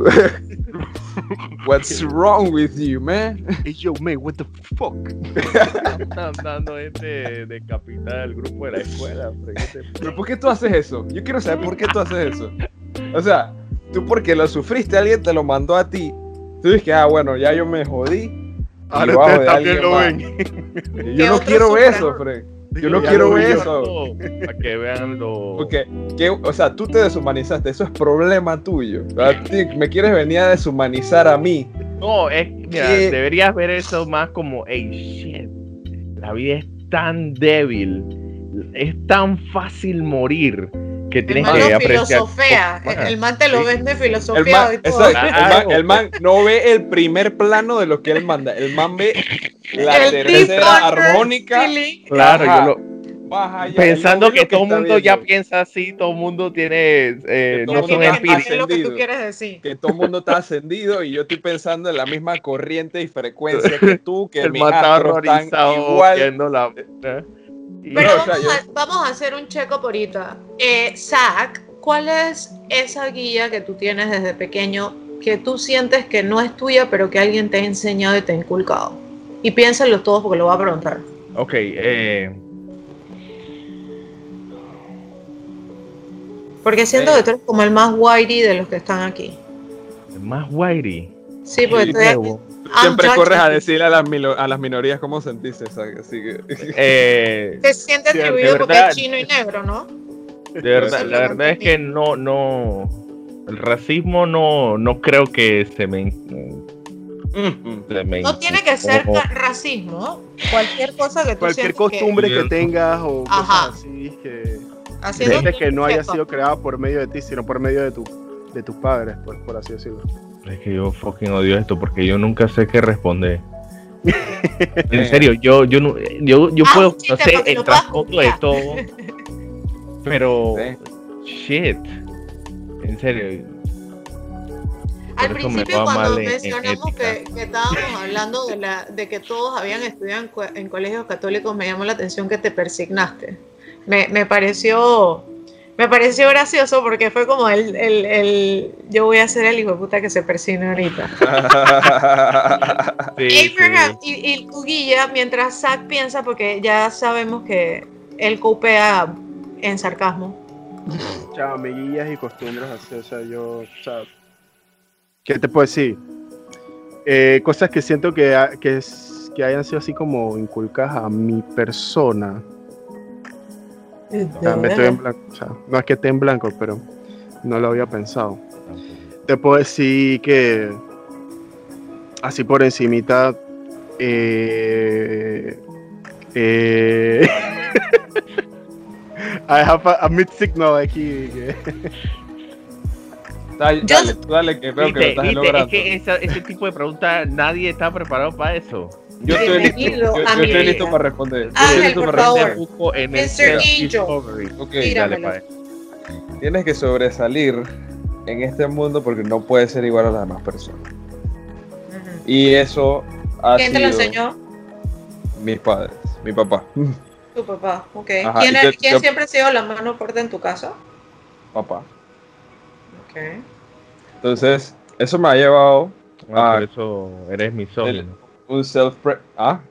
What's wrong with you, man? Hey, yo, man, what the fuck? Están dando este de capitán del grupo de la escuela. Pero ¿por qué tú haces eso? Yo quiero saber por qué tú haces eso. O sea, tú porque lo sufriste, alguien te lo mandó a ti. Tú dices que, ah, bueno, ya yo me jodí. Ahora ustedes también lo ven. Yo no quiero eso, Fred. Yo no ya quiero eso. Para que vean lo... Porque, que, o sea, tú te deshumanizaste, eso es problema tuyo. Me quieres venir a deshumanizar a mí. No, es, mira, ¿qué? Deberías ver eso más como, hey, shit, la vida es tan débil, es tan fácil morir, que tienes el man que no apreciar. Filosofea, el, el man te lo sí. vende filosofía. El, el, man, el man no ve el primer plano de lo que él manda, el man ve la el tercera armónica. Claro, baja, yo lo... Baja ya, pensando que, que todo el mundo viendo. ya piensa así, todo el mundo tiene, eh, no son empíricos. Es lo que tú quieres decir. Que todo el mundo está ascendido y yo estoy pensando en la misma corriente y frecuencia que tú, que mis astros están igual. La... ¿Eh? Pero vamos, o sea, yo... a, vamos a hacer un check-up ahorita. Eh, Zach, ¿cuál es esa guía que tú tienes desde pequeño que tú sientes que no es tuya, pero que alguien te ha enseñado y te ha inculcado? Y piénsalo todos porque lo voy a preguntar. Ok, eh... porque siento eh. que tú eres como el más whitey de los que están aquí. Más whitey. Sí, porque Sí, estoy aquí. nuevo. Siempre I'm corres a judging. decirle a las, milo- a las minorías cómo sentirse, ¿sabes? Así que... Eh, Se siente Sí, de atribuido porque verdad. es chino y negro, ¿no? de verdad, Eso la lo verdad es entendí. que no, no, el racismo no, no creo que se me, se me No tiene que ser inculcó. ca- racismo. Cualquier cosa que tú Cualquier sientas costumbre que, Cierto. tengas o Ajá. cosas así que, que haciendo sientes tu- que no haya sepa. sido creada por medio de ti, sino por medio de, tu, de tus padres, por, por así decirlo. Es que yo fucking odio esto porque yo nunca sé qué responder. En serio, yo, yo, no- yo, yo Ah, puedo un chiste conocer para que el lo puedas trasfondo de copiar. todo, pero Sí. shit, en serio. Al Por eso me principio, va cuando mal en- en mencionamos ética. que, que estábamos hablando de, la, de que todos habían estudiado en, co- en colegios católicos, me llamó la atención que te persignaste. Me, me pareció me pareció gracioso porque fue como el, el, el yo voy a ser el hijo de puta que se persigne ahorita. Sí, Abraham sí. y, y tu guía, mientras Zack piensa, porque ya sabemos que él copia en sarcasmo. O sea, amiguillas y costumbres así, o sea, yo, o sea, ¿qué te puedo decir? Eh, cosas que siento que, ha- que, es- que hayan sido así como inculcadas a mi persona. O sea, me estoy en blanco, o sea, no es que esté en blanco, pero no lo había pensado. Te puedo decir que así por encimita eh, eh, I have a, a mid signal aquí que- Dale, Yo- dale, tú dale, que veo que lo Viste, estás viste, logrando. es que esa- ese tipo de preguntas nadie está preparado para eso. Yo estoy listo, Bienvenido yo, a yo mi estoy vida. listo para responder. Yo Ángel, estoy listo por para favor. responder. Busco en el mister Angel. Self-Discovery. Ok, Dale, Tíramelo. pa' tienes que sobresalir en este mundo porque no puedes ser igual a las demás personas. Ujú. Y eso ha ¿Quién te lo sido enseñó? mis padres, mi papá, Tu papá, ok. Ajá, ¿Quién, y es- yo- quién yo- siempre ha sido la mano fuerte en tu casa? papá. Ok. Entonces, eso me ha llevado Ah, a por eso eres misógino. un self ¿Ah?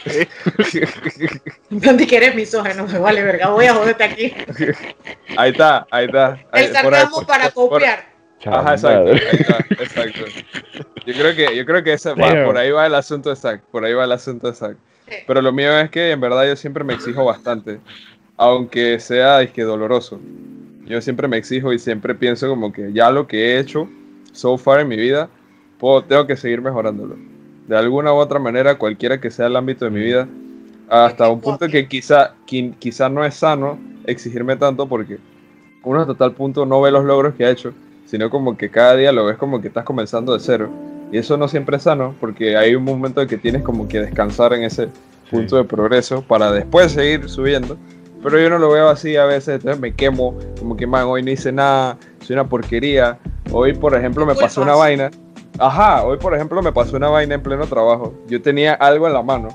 Ni que eres misógeno, me vale verga, voy a joderte aquí. Ahí está, ahí está. Ahí- El por ahí, sarcasmo por- para por- copiar. Ajá, exacto, ahí está, exacto. Yo creo que, yo creo que ese va, Damn. por ahí va el asunto de Zack, por ahí va el asunto de Zack. Sí. Pero lo mío es que en verdad yo siempre me exijo bastante, aunque sea es que doloroso. Yo siempre me exijo y siempre pienso como que ya lo que he hecho so far en mi vida, puedo, tengo que seguir mejorándolo. De alguna u otra manera, cualquiera que sea el ámbito de mi vida, hasta un punto que quizá, qui- quizá no es sano exigirme tanto porque uno hasta tal punto no ve los logros que ha hecho, sino como que cada día lo ves como que estás comenzando de cero. Y eso no siempre es sano porque hay un momento en que tienes como que descansar en ese punto de progreso para después seguir subiendo. Pero yo no lo veo así a veces, entonces me quemo, como que man, hoy no hice nada, soy una porquería. Hoy, por ejemplo, me pasó una Culpas. vaina. Ajá, hoy, por ejemplo, me pasó una vaina en pleno trabajo. Yo tenía algo en la mano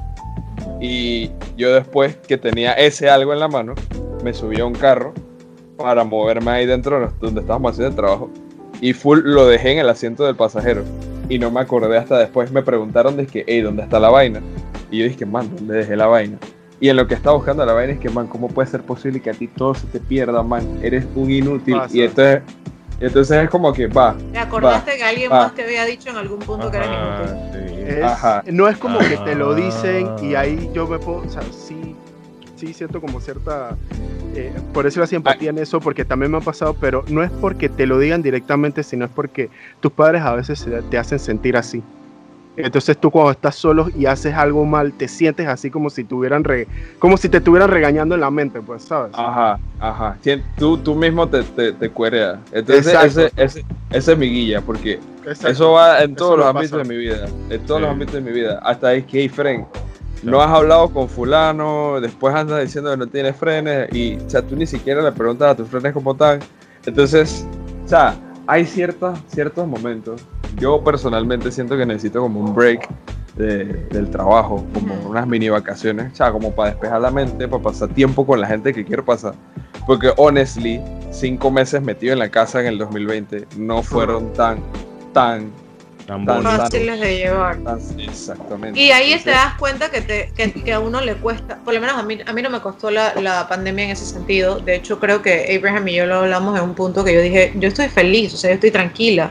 y yo después que tenía ese algo en la mano, me subí a un carro para moverme ahí dentro de donde estábamos haciendo el trabajo y full lo dejé en el asiento del pasajero y no me acordé hasta después. Me preguntaron de que, hey, ¿dónde está la vaina? Y yo dije, man, ¿dónde dejé la vaina? Y en lo que estaba buscando la vaina es que, man, ¿cómo puede ser posible que a ti todo se te pierda, man? Eres un inútil. Pasa. Y entonces, y entonces es como que, va, ¿Te acordaste que alguien va. más te había dicho en algún punto que eras Ajá, inútil? sí. Es- Ajá. no es como que te lo dicen Ah. y ahí yo me puedo, o sea, sí, sí siento como cierta, eh, por eso la simpatía en eso, porque también me ha pasado, pero no es porque te lo digan directamente, sino es porque tus padres a veces se- te hacen sentir así. Entonces tú cuando estás solo y haces algo mal, te sientes así como si tuvieran re- como si te estuvieran regañando en la mente, pues, ¿sabes? ajá, ajá. Tien- Tú, tú mismo te, te, te cuereas. Entonces, Exacto. ese, ese, ese es mi guía, porque Exacto. eso va en Eso todos me los pasa. ámbitos de mi vida. En todos Sí. los ámbitos de mi vida. Hasta es que, hey, Fren, no has hablado con fulano, después andas diciendo que no tienes frenes, y, o sea, tú ni siquiera le preguntas a tus frenes cómo están. Entonces, o sea, hay ciertas, ciertos momentos. Yo personalmente siento que necesito como un break de- del trabajo, como Ujú. unas mini vacaciones, o sea, como para despejar la mente, para pasar tiempo con la gente que quiero pasar. Porque, honestly, cinco meses metido en la casa en el dos mil veinte no fueron tan, tan, Tan Tan- bonito. Fáciles de llevar. tan, exactamente. Y ahí te Entonces, das cuenta que, te, que, que a uno le cuesta, por lo menos a mí, a mí no me costó la, la pandemia en ese sentido. De hecho, creo que Abraham y yo lo hablamos en un punto que yo dije, yo estoy feliz, o sea, yo estoy tranquila.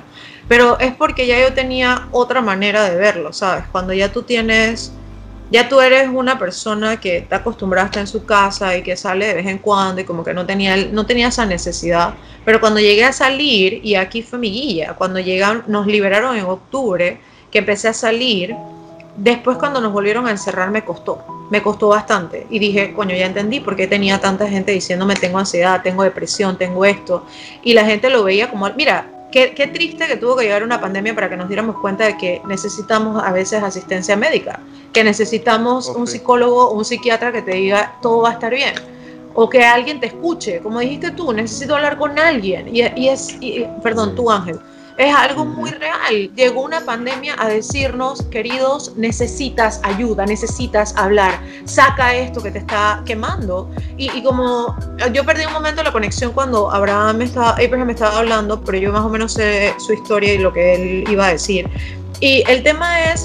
pero es porque ya yo tenía otra manera de verlo, ¿sabes? Cuando ya tú tienes, ya tú eres una persona que está acostumbrada a estar en su casa y que sale de vez en cuando y como que no tenía, no tenía esa necesidad, pero cuando llegué a salir, y aquí fue mi guía, cuando llegaron, nos liberaron en octubre, que empecé a salir, después cuando nos volvieron a encerrar me costó, me costó bastante y dije, coño, ya entendí por qué tenía tanta gente diciéndome tengo ansiedad, tengo depresión, tengo esto, y la gente lo veía como, mira, qué, qué triste que tuvo que llegar una pandemia para que nos diéramos cuenta de que necesitamos a veces asistencia médica, que necesitamos okay. un psicólogo o un psiquiatra que te diga todo va a estar bien, o que alguien te escuche, como dijiste tú, necesito hablar con alguien, y, y es, y, perdón, tú Ángel, es algo muy real. Llegó una pandemia a decirnos, queridos, necesitas ayuda, necesitas hablar, saca esto que te está quemando. Y, y como yo perdí un momento la conexión cuando Abraham me estaba, Abraham me estaba hablando, pero yo más o menos sé su historia y lo que él iba a decir. Y el tema es,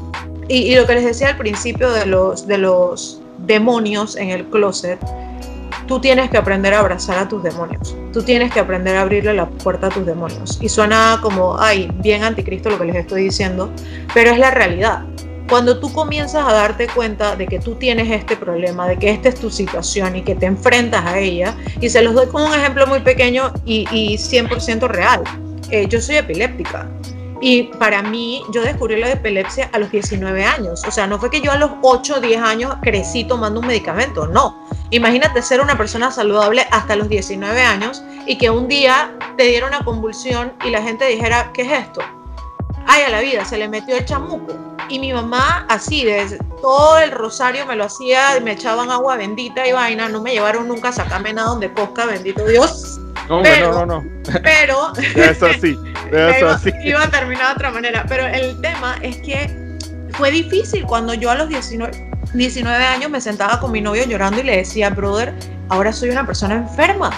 y, y lo que les decía al principio de los, de los demonios en el closet, tú tienes que aprender a abrazar a tus demonios. Tú tienes que aprender a abrirle la puerta a tus demonios. Y suena como, ay, bien anticristo lo que les estoy diciendo, pero es la realidad. Cuando tú comienzas a darte cuenta de que tú tienes este problema, de que esta es tu situación y que te enfrentas a ella, y se los doy como un ejemplo muy pequeño y, y cien por ciento real. Eh, yo soy epiléptica. Y para mí, yo descubrí la epilepsia a los diecinueve años. O sea, no fue que yo a los ocho o diez años crecí tomando un medicamento, no. Imagínate ser una persona saludable hasta los diecinueve años y que un día te diera una convulsión y la gente dijera, ¿qué es esto? Ay, a la vida, se le metió el chamuco. Y mi mamá, así, desde todo el rosario me lo hacía, me echaban agua bendita y vaina, no me llevaron nunca a sacarme nada donde cosca, bendito Dios. No, pero, no, no, no. Pero eso así, eso iba, así. iba a terminar de otra manera. Pero el tema es que fue difícil cuando yo a los diecinueve, diecinueve años me sentaba con mi novio llorando y le decía, brother, ahora soy una persona enferma.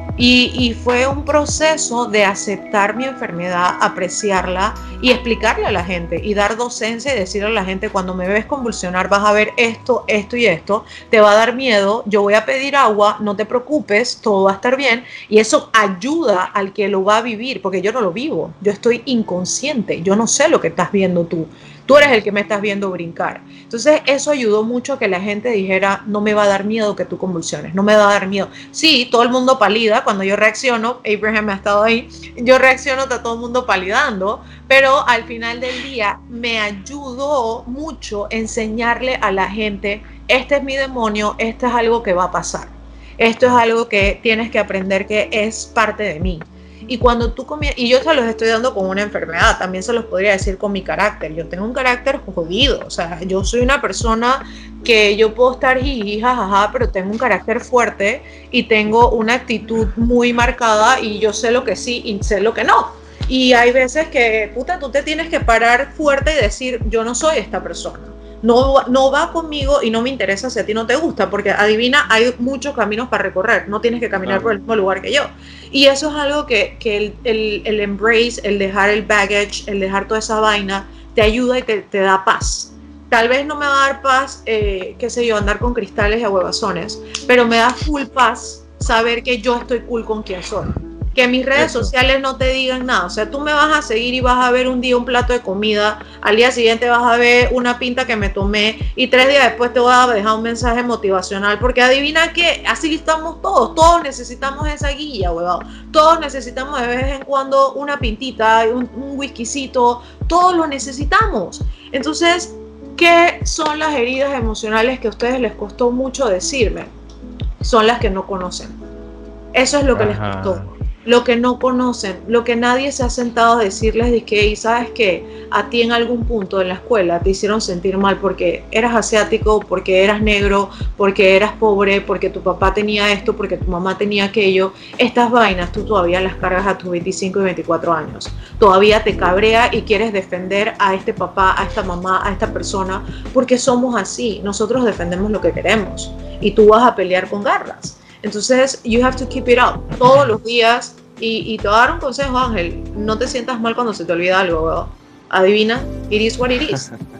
Y, y fue un proceso de aceptar mi enfermedad, apreciarla y explicarle a la gente y dar docencia y decirle a la gente, cuando me ves convulsionar vas a ver esto, esto y esto, te va a dar miedo, yo voy a pedir agua, no te preocupes, todo va a estar bien. Y eso ayuda al que lo va a vivir, porque yo no lo vivo, yo estoy inconsciente, yo no sé lo que estás viendo tú. Tú eres el que me estás viendo brincar. Entonces eso ayudó mucho a que la gente dijera, no me va a dar miedo que tú convulsiones, no me va a dar miedo. Sí, todo el mundo palida cuando yo reacciono, Abraham ha estado ahí, yo reacciono, está todo el mundo palidando, pero al final del día me ayudó mucho enseñarle a la gente, este es mi demonio, esto es algo que va a pasar. Esto es algo que tienes que aprender que es parte de mí. Y cuando tú comienzas, y yo se los estoy dando con una enfermedad, también se los podría decir con mi carácter. Yo tengo un carácter jodido, o sea, yo soy una persona que yo puedo estar jiji, jajaja, pero tengo un carácter fuerte y tengo una actitud muy marcada y yo sé lo que sí y sé lo que no. Y hay veces que, puta, tú te tienes que parar fuerte y decir, yo no soy esta persona. No, no va conmigo y no me interesa si a ti no te gusta, porque adivina, hay muchos caminos para recorrer, no tienes que caminar claro. por el mismo lugar que yo. Y eso es algo que, que el, el, el embrace, el dejar el baggage, el dejar toda esa vaina, te ayuda y te, te da paz. Tal vez no me va a dar paz, eh, qué sé yo, andar con cristales y ahuevazones, pero me da full paz saber que yo estoy cool con quien soy. Que mis redes Eso. sociales no te digan nada, o sea, tú me vas a seguir y vas a ver un día un plato de comida, al día siguiente vas a ver una pinta que me tomé y tres días después te voy a dejar un mensaje motivacional, porque adivina que así estamos todos, todos necesitamos esa guía, huevón, todos necesitamos de vez en cuando una pintita, un, un whiskycito, todos lo necesitamos. Entonces, ¿qué son las heridas emocionales que a ustedes les costó mucho decirme? Son las que no conocen. Eso es lo que Ajá. les costó. Lo que no conocen, lo que nadie se ha sentado a decirles de que, y sabes que a ti en algún punto en la escuela te hicieron sentir mal porque eras asiático, porque eras negro, porque eras pobre, porque tu papá tenía esto, porque tu mamá tenía aquello. Estas vainas tú todavía las cargas a tus veinticinco y veinticuatro años. Todavía te cabrea y quieres defender a este papá, a esta mamá, a esta persona, porque somos así. Nosotros defendemos lo que queremos y tú vas a pelear con garras. Entonces, you have to keep it up todos los días. Y, y te voy a dar un consejo, Ángel. No te sientas mal cuando se te olvida algo, ¿verdad? Adivina, it is what it is.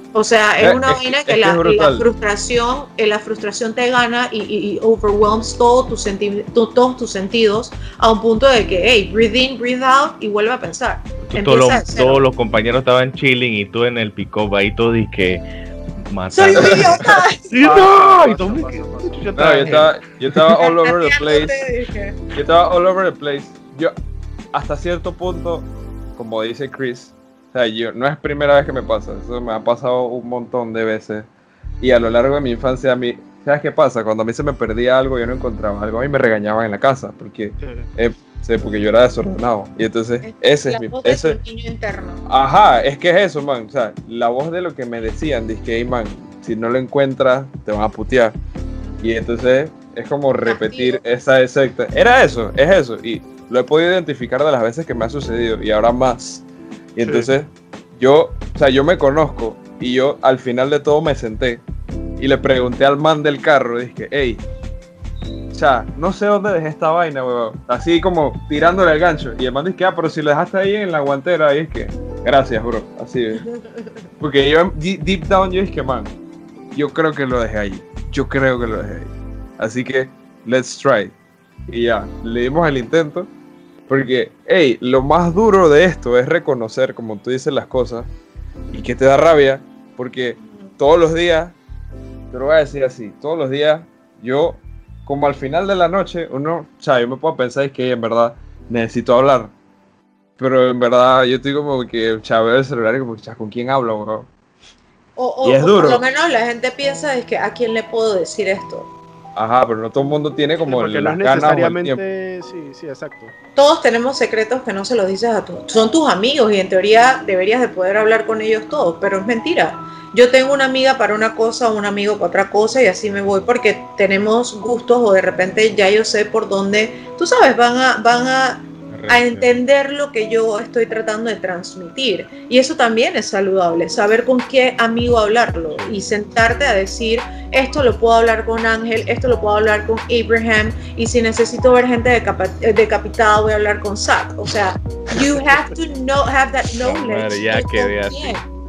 O sea, es Eh, una es vaina que- que, es que la, es brutal. la frustración, eh, la frustración te gana y, y, y overwhelms todo tus senti- to- todos tus sentidos a un punto de que, hey, breathe in, breathe out y vuelve a pensar. Tú- Empieza todos, de los, cero. todos los compañeros estaban chilling y tú en el pick-up ahí todo y que ¡Soy matando. un idiota! Sí, Pasa, no, pasa, y todo me- pasa, ¿qué pasa. chucha No, estaba yo en? estaba, yo estaba all over the place. Cargándote, dije. Yo estaba all over the place. Yo, hasta cierto punto, como dice Chris, o sea, yo, no es primera vez que me pasa. Eso me ha pasado un montón de veces. Y a lo largo de mi infancia, a mí, ¿sabes qué pasa? Cuando a mí se me perdía algo, yo no encontraba algo, a mí me regañaban en la casa. Porque, eh, sí, porque yo era desordenado. Y entonces, ese La es mi. voz de Ese, tu niño interno. Ajá, es que es eso, man. O sea, la voz de lo que me decían, dice que, hey, man, si no lo encuentras, te van a putear. Y entonces es como repetir Castigo. esa exacta. Era eso, es eso. Y lo he podido identificar de las veces que me ha sucedido y ahora más. Y entonces yo, o sea, yo me conozco y yo al final de todo me senté y le pregunté al man del carro, dije, hey, o sea, no sé dónde dejé esta vaina, weón. Así como tirándole el gancho. Y el man dice, ah, pero si lo dejaste ahí en la guantera, y es que, gracias, bro. Así es. Porque yo, deep down, yo dije, man, yo creo que lo dejé ahí. Yo creo que lo dejé ahí. Así que, let's try. Y ya, le dimos el intento. Porque, hey, lo más duro de esto es reconocer, como tú dices, las cosas. Y que te da rabia. Porque todos los días, te lo voy a decir así, todos los días, yo, como al final de la noche, uno, o sea, yo me puedo pensar es que en verdad necesito hablar. Pero en verdad, yo estoy como que, o sea, veo el celular y como, o sea, ¿con quién hablo, bro? O, o, Y es o duro. por lo menos la gente piensa es que ¿a quién le puedo decir esto? Ajá, pero no todo el mundo tiene Sí, como porque no las es ganas o el tiempo. necesariamente. Sí, sí, exacto. Todos tenemos secretos que no se los dices a tus... Son tus amigos y en teoría deberías de poder hablar con ellos todos, pero es mentira. Yo tengo una amiga para una cosa, un amigo para otra cosa y así me voy porque tenemos gustos o de repente ya yo sé por dónde, tú sabes, van a, van a, a entender lo que yo estoy tratando de transmitir. Y eso también es saludable, saber con qué amigo hablarlo y sentarte a decir, esto lo puedo hablar con Ángel, esto lo puedo hablar con Abraham y si necesito ver gente decapa- decapitada voy a hablar con Zach. O sea, you have to know, have that knowledge. Madre, ya de quedé con así. quién.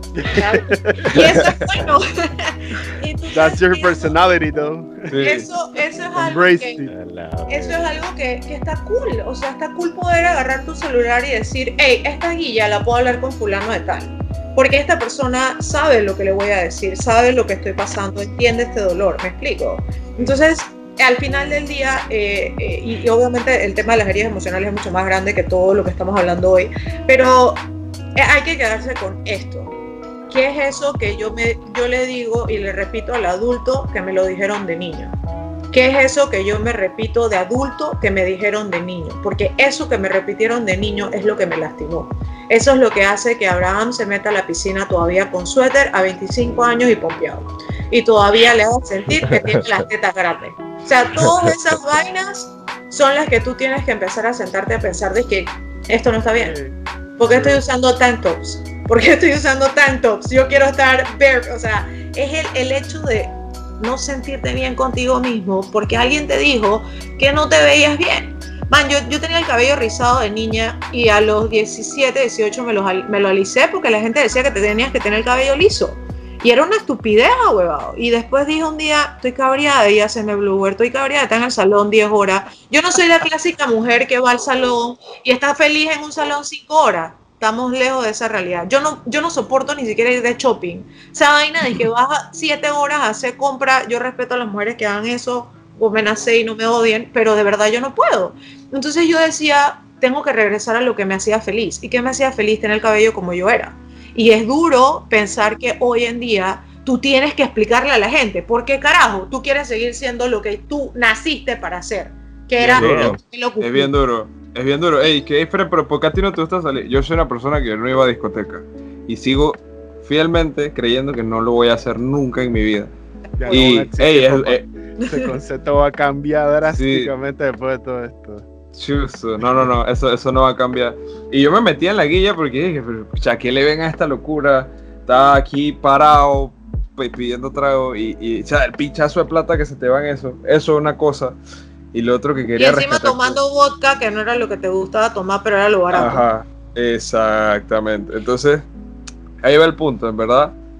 Y eso es bueno. Entonces, That's your eso- personality, though. Sí. Eso, eso es algo Embrace que, it. eso es algo que, que está cool. O sea, está cool poder agarrar tu celular y decir, hey, esta guilla la puedo hablar con fulano de tal. Porque esta persona sabe lo que le voy a decir, sabe lo que estoy pasando, entiende este dolor, ¿me explico? Entonces, al final del día, eh, eh, y, y obviamente el tema de las heridas emocionales es mucho más grande que todo lo que estamos hablando hoy, pero eh, hay que quedarse con esto. ¿Qué es eso que yo, me, yo le digo y le repito al adulto que me lo dijeron de niño? ¿Qué es eso que yo me repito de adulto que me dijeron de niño? Porque eso que me repitieron de niño es lo que me lastimó. Eso es lo que hace que Abraham se meta a la piscina todavía con suéter a veinticinco años y pompeado. Y todavía le haga sentir que tiene las tetas grandes. O sea, todas esas vainas son las que tú tienes que empezar a sentarte a pensar de que esto no está bien. ¿Por qué estoy usando tank tops? ¿Por qué estoy usando tank tops? Yo quiero estar bare. O sea, es el, el hecho de no sentirte bien contigo mismo porque alguien te dijo que no te veías bien. Man, yo, yo tenía el cabello rizado de niña y a los diecisiete, dieciocho me lo, me lo alisé porque la gente decía que te tenías que tener el cabello liso. Y era una estupidez, huevado. Y después dije un día, estoy cabreada, y ya se me blooper, estoy cabreada, está en el salón diez horas. Yo no soy la clásica mujer que va al salón y está feliz en un salón cinco horas. Estamos lejos de esa realidad. Yo no, yo no soporto ni siquiera ir de shopping. Esa vaina de que vas siete horas a hacer compra, yo respeto a las mujeres que hagan eso, o me nace y no me odien, pero de verdad yo no puedo. Entonces yo decía, tengo que regresar a lo que me hacía feliz. ¿Y qué me hacía feliz? Tener el cabello como yo era. Y es duro pensar que hoy en día tú tienes que explicarle a la gente, ¿por qué carajo tú quieres seguir siendo lo que tú naciste para hacer? Que era Bien, lo que Es bien duro, es bien duro. Ey, ¿qué pero, pero ¿por qué a ti no te gusta salir? Yo soy una persona que no iba a discoteca y sigo fielmente creyendo que no lo voy a hacer nunca en mi vida. Ya Y, no existe, ey, es, papá. es- Ese concepto va a cambiar drásticamente después de todo esto. chuzo, no, no, no, eso, eso no va a cambiar. Y yo me metí en la guilla porque dije, pero, ¿a qué le ven a esta locura? Está aquí parado p- pidiendo trago y, y o sea, el pinchazo de plata que se te va en eso, eso es una cosa. Y lo otro que Y quería encima rescatar- tomando vodka, que no era lo que te gustaba tomar, pero era lo barato. Ajá, exactamente. Entonces, ahí va el punto, en verdad.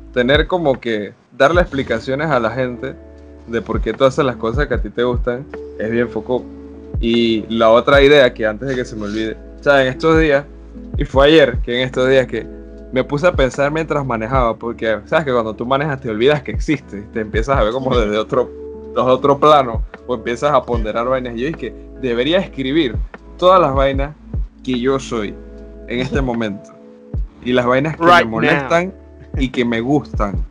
tener como que darle explicaciones a la gente de por qué tú haces las cosas que a ti te gustan es bien foco. Y la otra idea que antes de que se me olvide, o sea, en estos días, y fue ayer que en estos días que me puse a pensar mientras manejaba, porque sabes que cuando tú manejas te olvidas que existe, te empiezas a ver como desde otro, desde otro plano, o empiezas a ponderar vainas. Y yo dije, debería escribir todas las vainas que yo soy en este momento, y las vainas que Right me molestan now. y que me gustan.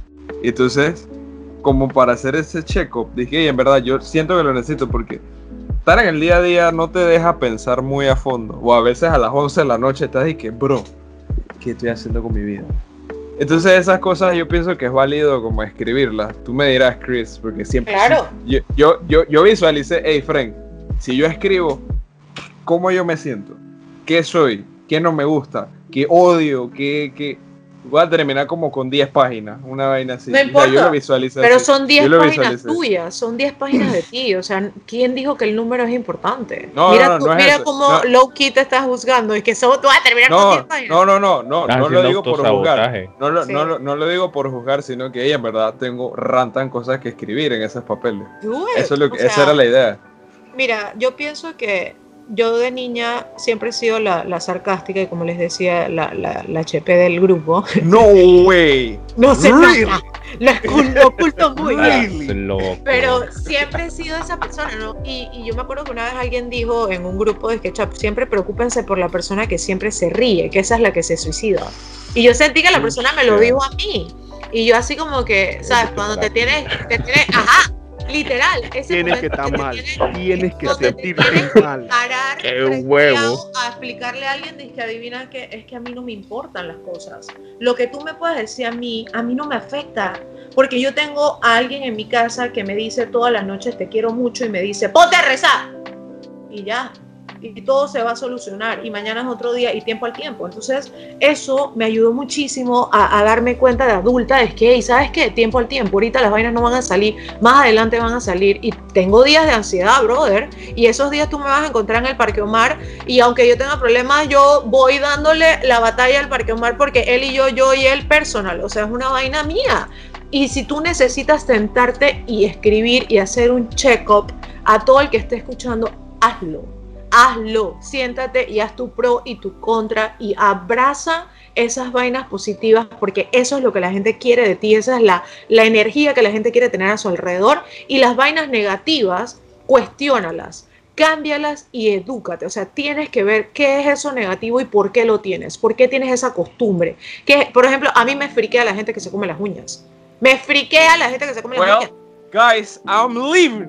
Y entonces, como para hacer ese check-up, dije, y en verdad yo siento que lo necesito, porque estar en el día a día no te deja pensar muy a fondo, o a veces a las once de la noche estás y que, bro, ¿qué estoy haciendo con mi vida? Entonces esas cosas yo pienso que es válido como escribirlas. Tú me dirás, Chris, porque siempre... Claro. Yo, yo, yo, yo visualicé, hey, Frank, si yo escribo, ¿cómo yo me siento? ¿Qué soy? ¿Qué no me gusta? ¿Qué odio? ¿Qué...? qué... Voy a terminar como con diez páginas, una vaina así. No importa, o sea, yo lo visualicé pero así. son diez Yo lo páginas visualicé. tuyas, son diez páginas de ti. O sea, ¿quién dijo que el número es importante? No, mira no, no, tú, no es mira eso. cómo No. low key te estás juzgando y que solo tú vas a terminar con No, diez páginas. no, no, no, no, Estás no lo haciendo digo por juzgar. autosabotaje. No lo, Sí. no, lo- no lo digo por juzgar, sino que ella en verdad tengo rantan cosas que escribir en esos papeles. Do it. Eso es lo que, O sea, esa era la idea. Mira, yo pienso que yo de niña siempre he sido la, la sarcástica y como les decía, la, la, la H P del grupo. No way. No sé, Really? nota, lo oculto, lo oculto muy bien. Really? Estás loco. Pero siempre he sido esa persona, ¿no? Y, y yo me acuerdo que una vez alguien dijo en un grupo de SketchUp, siempre preocúpense por la persona que siempre se ríe, que esa es la que se suicida. Y yo sentí que la persona me lo dijo a mí. Y yo así como que, ¿sabes? Cuando te tienes, te tienes, ajá, literal. Ese Tienes que momento estar te mal, tienes- tienes que donde te sentirte tienes que mal. parar ¡Qué frente huevo! A, a explicarle a alguien de que adivina que es que a mí no me importan las cosas. Lo que tú me puedes decir a mí, a mí no me afecta. Porque yo tengo a alguien en mi casa que me dice todas las noches te quiero mucho y me dice ponte a rezar. Y ya. Y todo se va a solucionar. Y mañana es otro día y tiempo al tiempo. Entonces eso me ayudó muchísimo a, a darme cuenta de adulta. Es que, ¿y sabes qué? Tiempo al tiempo. Ahorita las vainas no van a salir. Más adelante van a salir. Y tengo días de ansiedad, brother. Y esos días tú me vas a encontrar en el Parque Omar. Y aunque yo tenga problemas, yo voy dándole la batalla al Parque Omar porque él y yo, yo y él personal. O sea, es una vaina mía. Y si tú necesitas sentarte y escribir y hacer un check-up a todo el que esté escuchando, hazlo. Hazlo, siéntate y haz tu pro y tu contra y abraza esas vainas positivas porque eso es lo que la gente quiere de ti, esa es la, la energía que la gente quiere tener a su alrededor y las vainas negativas, cuestiónalas, cámbialas y edúcate, o sea, tienes que ver qué es eso negativo y por qué lo tienes, por qué tienes esa costumbre, que por ejemplo, a mí me friquea la gente que se come las uñas, me friquea la gente que se come las Well, uñas. guys, I'm leaving.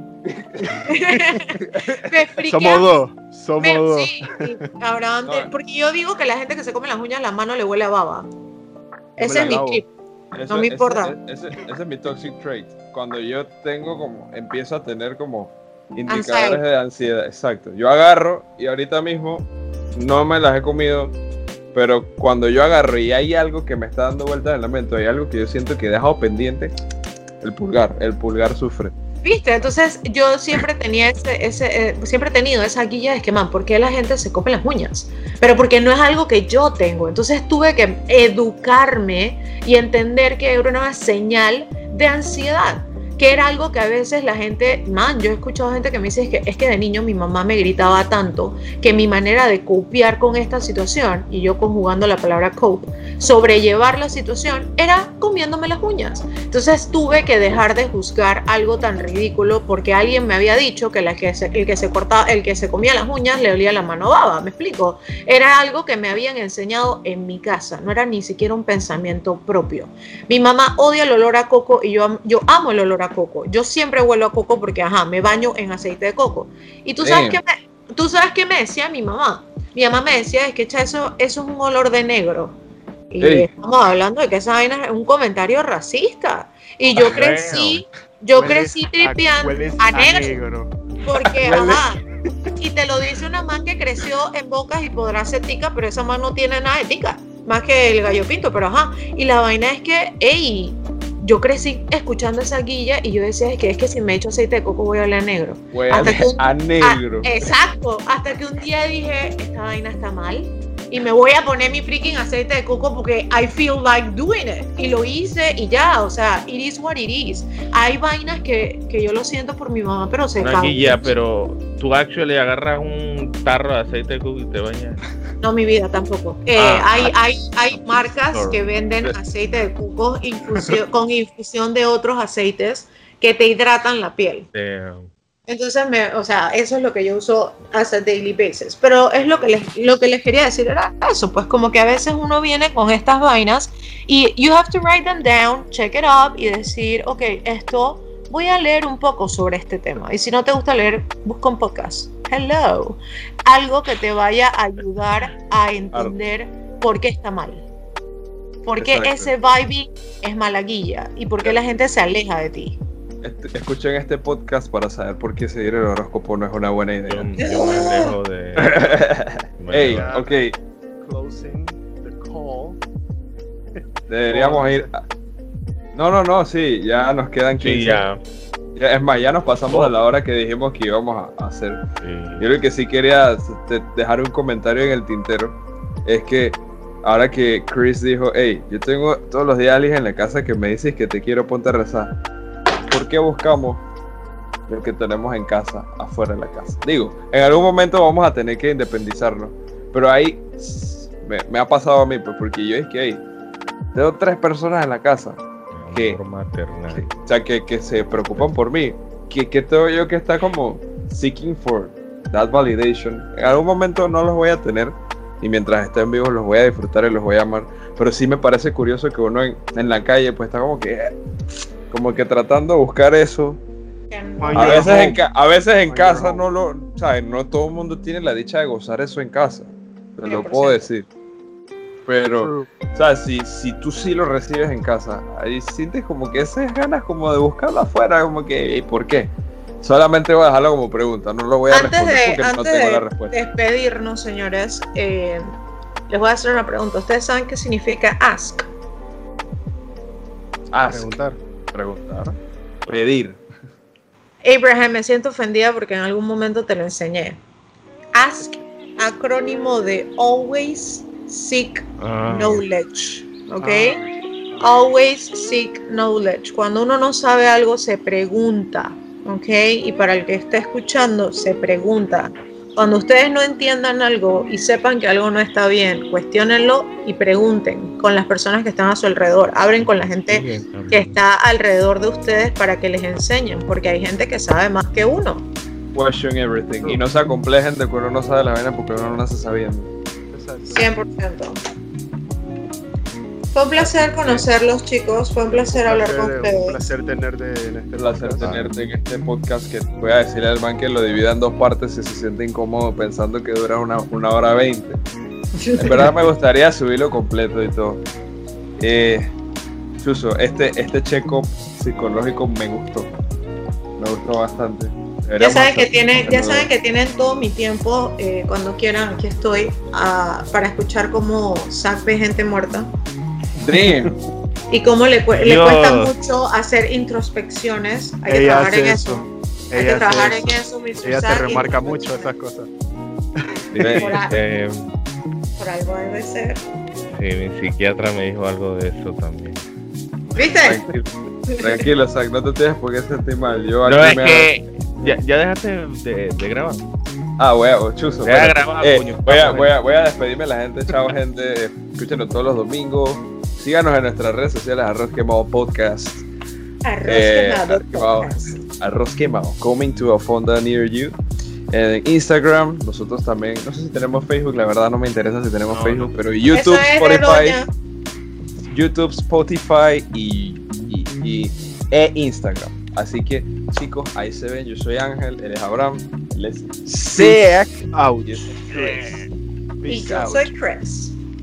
Me friquea. Somos dos, somos Me- dos. sí, sí, Abraham, te- No. porque yo digo que la gente que se come las uñas, la mano le huele a baba. Ese la es mi lavo. tip. Eso- No me ese- importa. Ese, ese es mi toxic trait. Cuando yo tengo como, empiezo a tener como Anxiety. indicadores de ansiedad. Exacto. Yo agarro y ahorita mismo no me las he comido, pero cuando yo agarro y hay algo que me está dando vueltas en la mente, hay algo que yo siento que he dejado pendiente, el pulgar, el pulgar sufre. ¿Viste? Entonces yo siempre tenía ese, ese eh, siempre he tenido esa guilla de que, man, ¿por qué la gente se come las uñas? Pero porque no es algo que yo tengo. Entonces tuve que educarme y entender que era una señal de ansiedad. Que era algo que a veces la gente, man, yo he escuchado gente que me dice es que, es que de niño mi mamá me gritaba tanto que mi manera de copiar con esta situación, y yo conjugando la palabra cope, sobrellevar la situación, era comiéndome las uñas. Entonces tuve que dejar de juzgar algo tan ridículo porque alguien me había dicho que, la que se, el, que se cortaba, el que se comía las uñas le olía la mano baba, ¿me explico? Era algo que me habían enseñado en mi casa, no era ni siquiera un pensamiento propio. Mi mamá odia el olor a coco y yo, am- yo amo el olor a coco. Yo siempre huelo a coco porque, ajá, me baño en aceite de coco. Y tú sabes Damn. qué me, tú sabes qué me decía mi mamá. Mi mamá me decía, es que echa, eso, eso es un olor de negro. Y Ey. estamos hablando de que esa vaina es un comentario racista. Y yo crecí, yo Hueles crecí a- tripeando hueles a, a negro. negro. Porque, Huele- ajá. Y te lo dice una man que creció en Bocas y podrá ser tica, pero esa man no tiene nada de tica. Más que el gallo pinto, pero ajá. Y la vaina es que, ey, yo crecí escuchando esa guilla y yo decía es que es que si me echo aceite de coco voy a oler a negro. Huele Hasta que un- a negro. Ah, exacto, hasta que un día dije, esta vaina está mal. y me voy a poner mi freaking aceite de coco porque I feel like doing it. Y lo hice y ya, o sea, it is what it is. Hay vainas que, que yo lo siento por mi mamá, pero se No, aquí ya, pero tú actually agarras un tarro de aceite de coco y te bañas. No, mi vida tampoco. Eh, Ah, hay, hay, hay marcas sorry. que venden aceite de coco infusión, con infusión de otros aceites que te hidratan la piel. Damn. Entonces, me, o sea, eso es lo que yo uso as a daily basis. Pero es lo que les, lo que les quería decir era eso, pues como que a veces uno viene con estas vainas y you have to write them down, check it up y decir, ok, esto voy a leer un poco sobre este tema. Y si no te gusta leer, busca un podcast. Hello. Algo que te vaya a ayudar a entender por qué está mal. Por qué Exacto. ese vibing es malaguilla y por qué la gente se aleja de ti. Este- escuchen este podcast para saber por qué seguir el horóscopo no es una buena Yo, idea. yo me alejo de. me Ey, alejo. ok, Closing the call. deberíamos ir. a- No, no, no, sí, ya nos quedan quince. Sí, ya. Ya, es más, ya nos pasamos a la hora que dijimos que íbamos a a hacer. Sí. Yo lo que sí quería este, dejar un comentario en el tintero es que ahora que Chris dijo, hey, yo tengo todos los días a alguien en la casa que me dices que te quiero, ponte a rezar. ¿Por qué buscamos lo que tenemos en casa afuera de la casa? Digo, en algún momento vamos a tener que independizarnos, pero ahí me, me ha pasado a mí, pues, porque yo es que hey, tengo tres personas en la casa. ¿Qué? Amor maternal. que- o sea, que, que se preocupan por mí. Que, que tengo yo que está como seeking for that validation. En algún momento no los voy a tener. Y mientras estén vivos los voy a disfrutar y los voy a amar. Pero sí me parece curioso que uno en, en la calle pues está como que... Como que tratando de buscar eso. Ay, A no. veces en, ca- a veces en Ay, casa no. no lo... ¿Sabes? No todo el mundo tiene la dicha de gozar eso en casa. Te lo cien por puedo ciento. decir. Pero... O sea, si, si tú sí lo recibes en casa, ahí sientes como que esas ganas como de buscarlo afuera, como que, ¿y por qué? Solamente voy a dejarlo como pregunta, no lo voy a Antes responder de, porque no antes tengo la de respuesta. despedirnos, señores, eh, les voy a hacer una pregunta. ¿Ustedes saben qué significa ask? Ask, Preguntar. preguntar, pedir. Abraham, me siento ofendida porque en algún momento te lo enseñé. Ask, acrónimo de Always Seek Ah, Knowledge, ¿ok? Always Seek Knowledge. Cuando uno no sabe algo, se pregunta, ¿ok? Y para el que está escuchando, se pregunta. Cuando ustedes no entiendan algo y sepan que algo no está bien, cuestiónenlo y pregunten con las personas que están a su alrededor. Hablen con la gente bien, también. que está alrededor de ustedes para que les enseñen, porque hay gente que sabe más que uno. Question everything. Y no se acomplejen de que uno no sabe la vaina porque uno no nace sabiendo. Exacto. cien por ciento. Fue un placer conocerlos, chicos. Fue un placer hablar con Un ustedes. placer tenerte en este Un placer podcast. tenerte en este podcast que voy a decirle al man que lo divida en dos partes si se siente incómodo pensando que dura una, una hora veinte. En verdad me gustaría subirlo completo y todo. Eh, Chuso, este, este check-up psicológico me gustó. Me gustó bastante. Ya Deberíamos saben que hacer- tienen, ya saben que tienen todo mi tiempo. eh, cuando quieran, aquí estoy ah, para escuchar cómo Zach ve gente muerta Dream. y cómo le, cu- le Dios. cuesta mucho hacer introspecciones. Hay que Ella trabajar hace en eso. eso. Hay Ella que hace trabajar eso. en eso, mister Ella te Zach, remarca mucho introspecciones. esas cosas. Sí, Por eh, Por algo debe ser. sí, mi psiquiatra me dijo algo de eso también. ¿Viste? Tranquilo, tranquilo, Zach, no te tienes por qué sentir mal. Yo No, aquí es me que ya, ya dejaste de, de grabar. Ah, voy a, chuzo. Deja bueno, grabar, eh, coño. voy, a, Vamos, voy, a, voy a despedirme de la gente. Chao, gente. Escúchenos todos los domingos. Síganos en nuestras redes sociales, Arroz Quemado Podcast. Arroz Eh, quemado. Arroz Quemado. podcast. Arroz Quemado. Coming to a fonda near you. En Instagram, nosotros también. No sé si tenemos Facebook, la verdad no me interesa si tenemos No, Facebook, no. pero YouTube, Esa es de Spotify. doña. YouTube, Spotify y, y, y- e Instagram. Así que, chicos, ahí se ven. Yo soy Ángel, él es Abraham, él es Zach. Out. Y yo soy Chris. Y Peace yo out. soy Chris.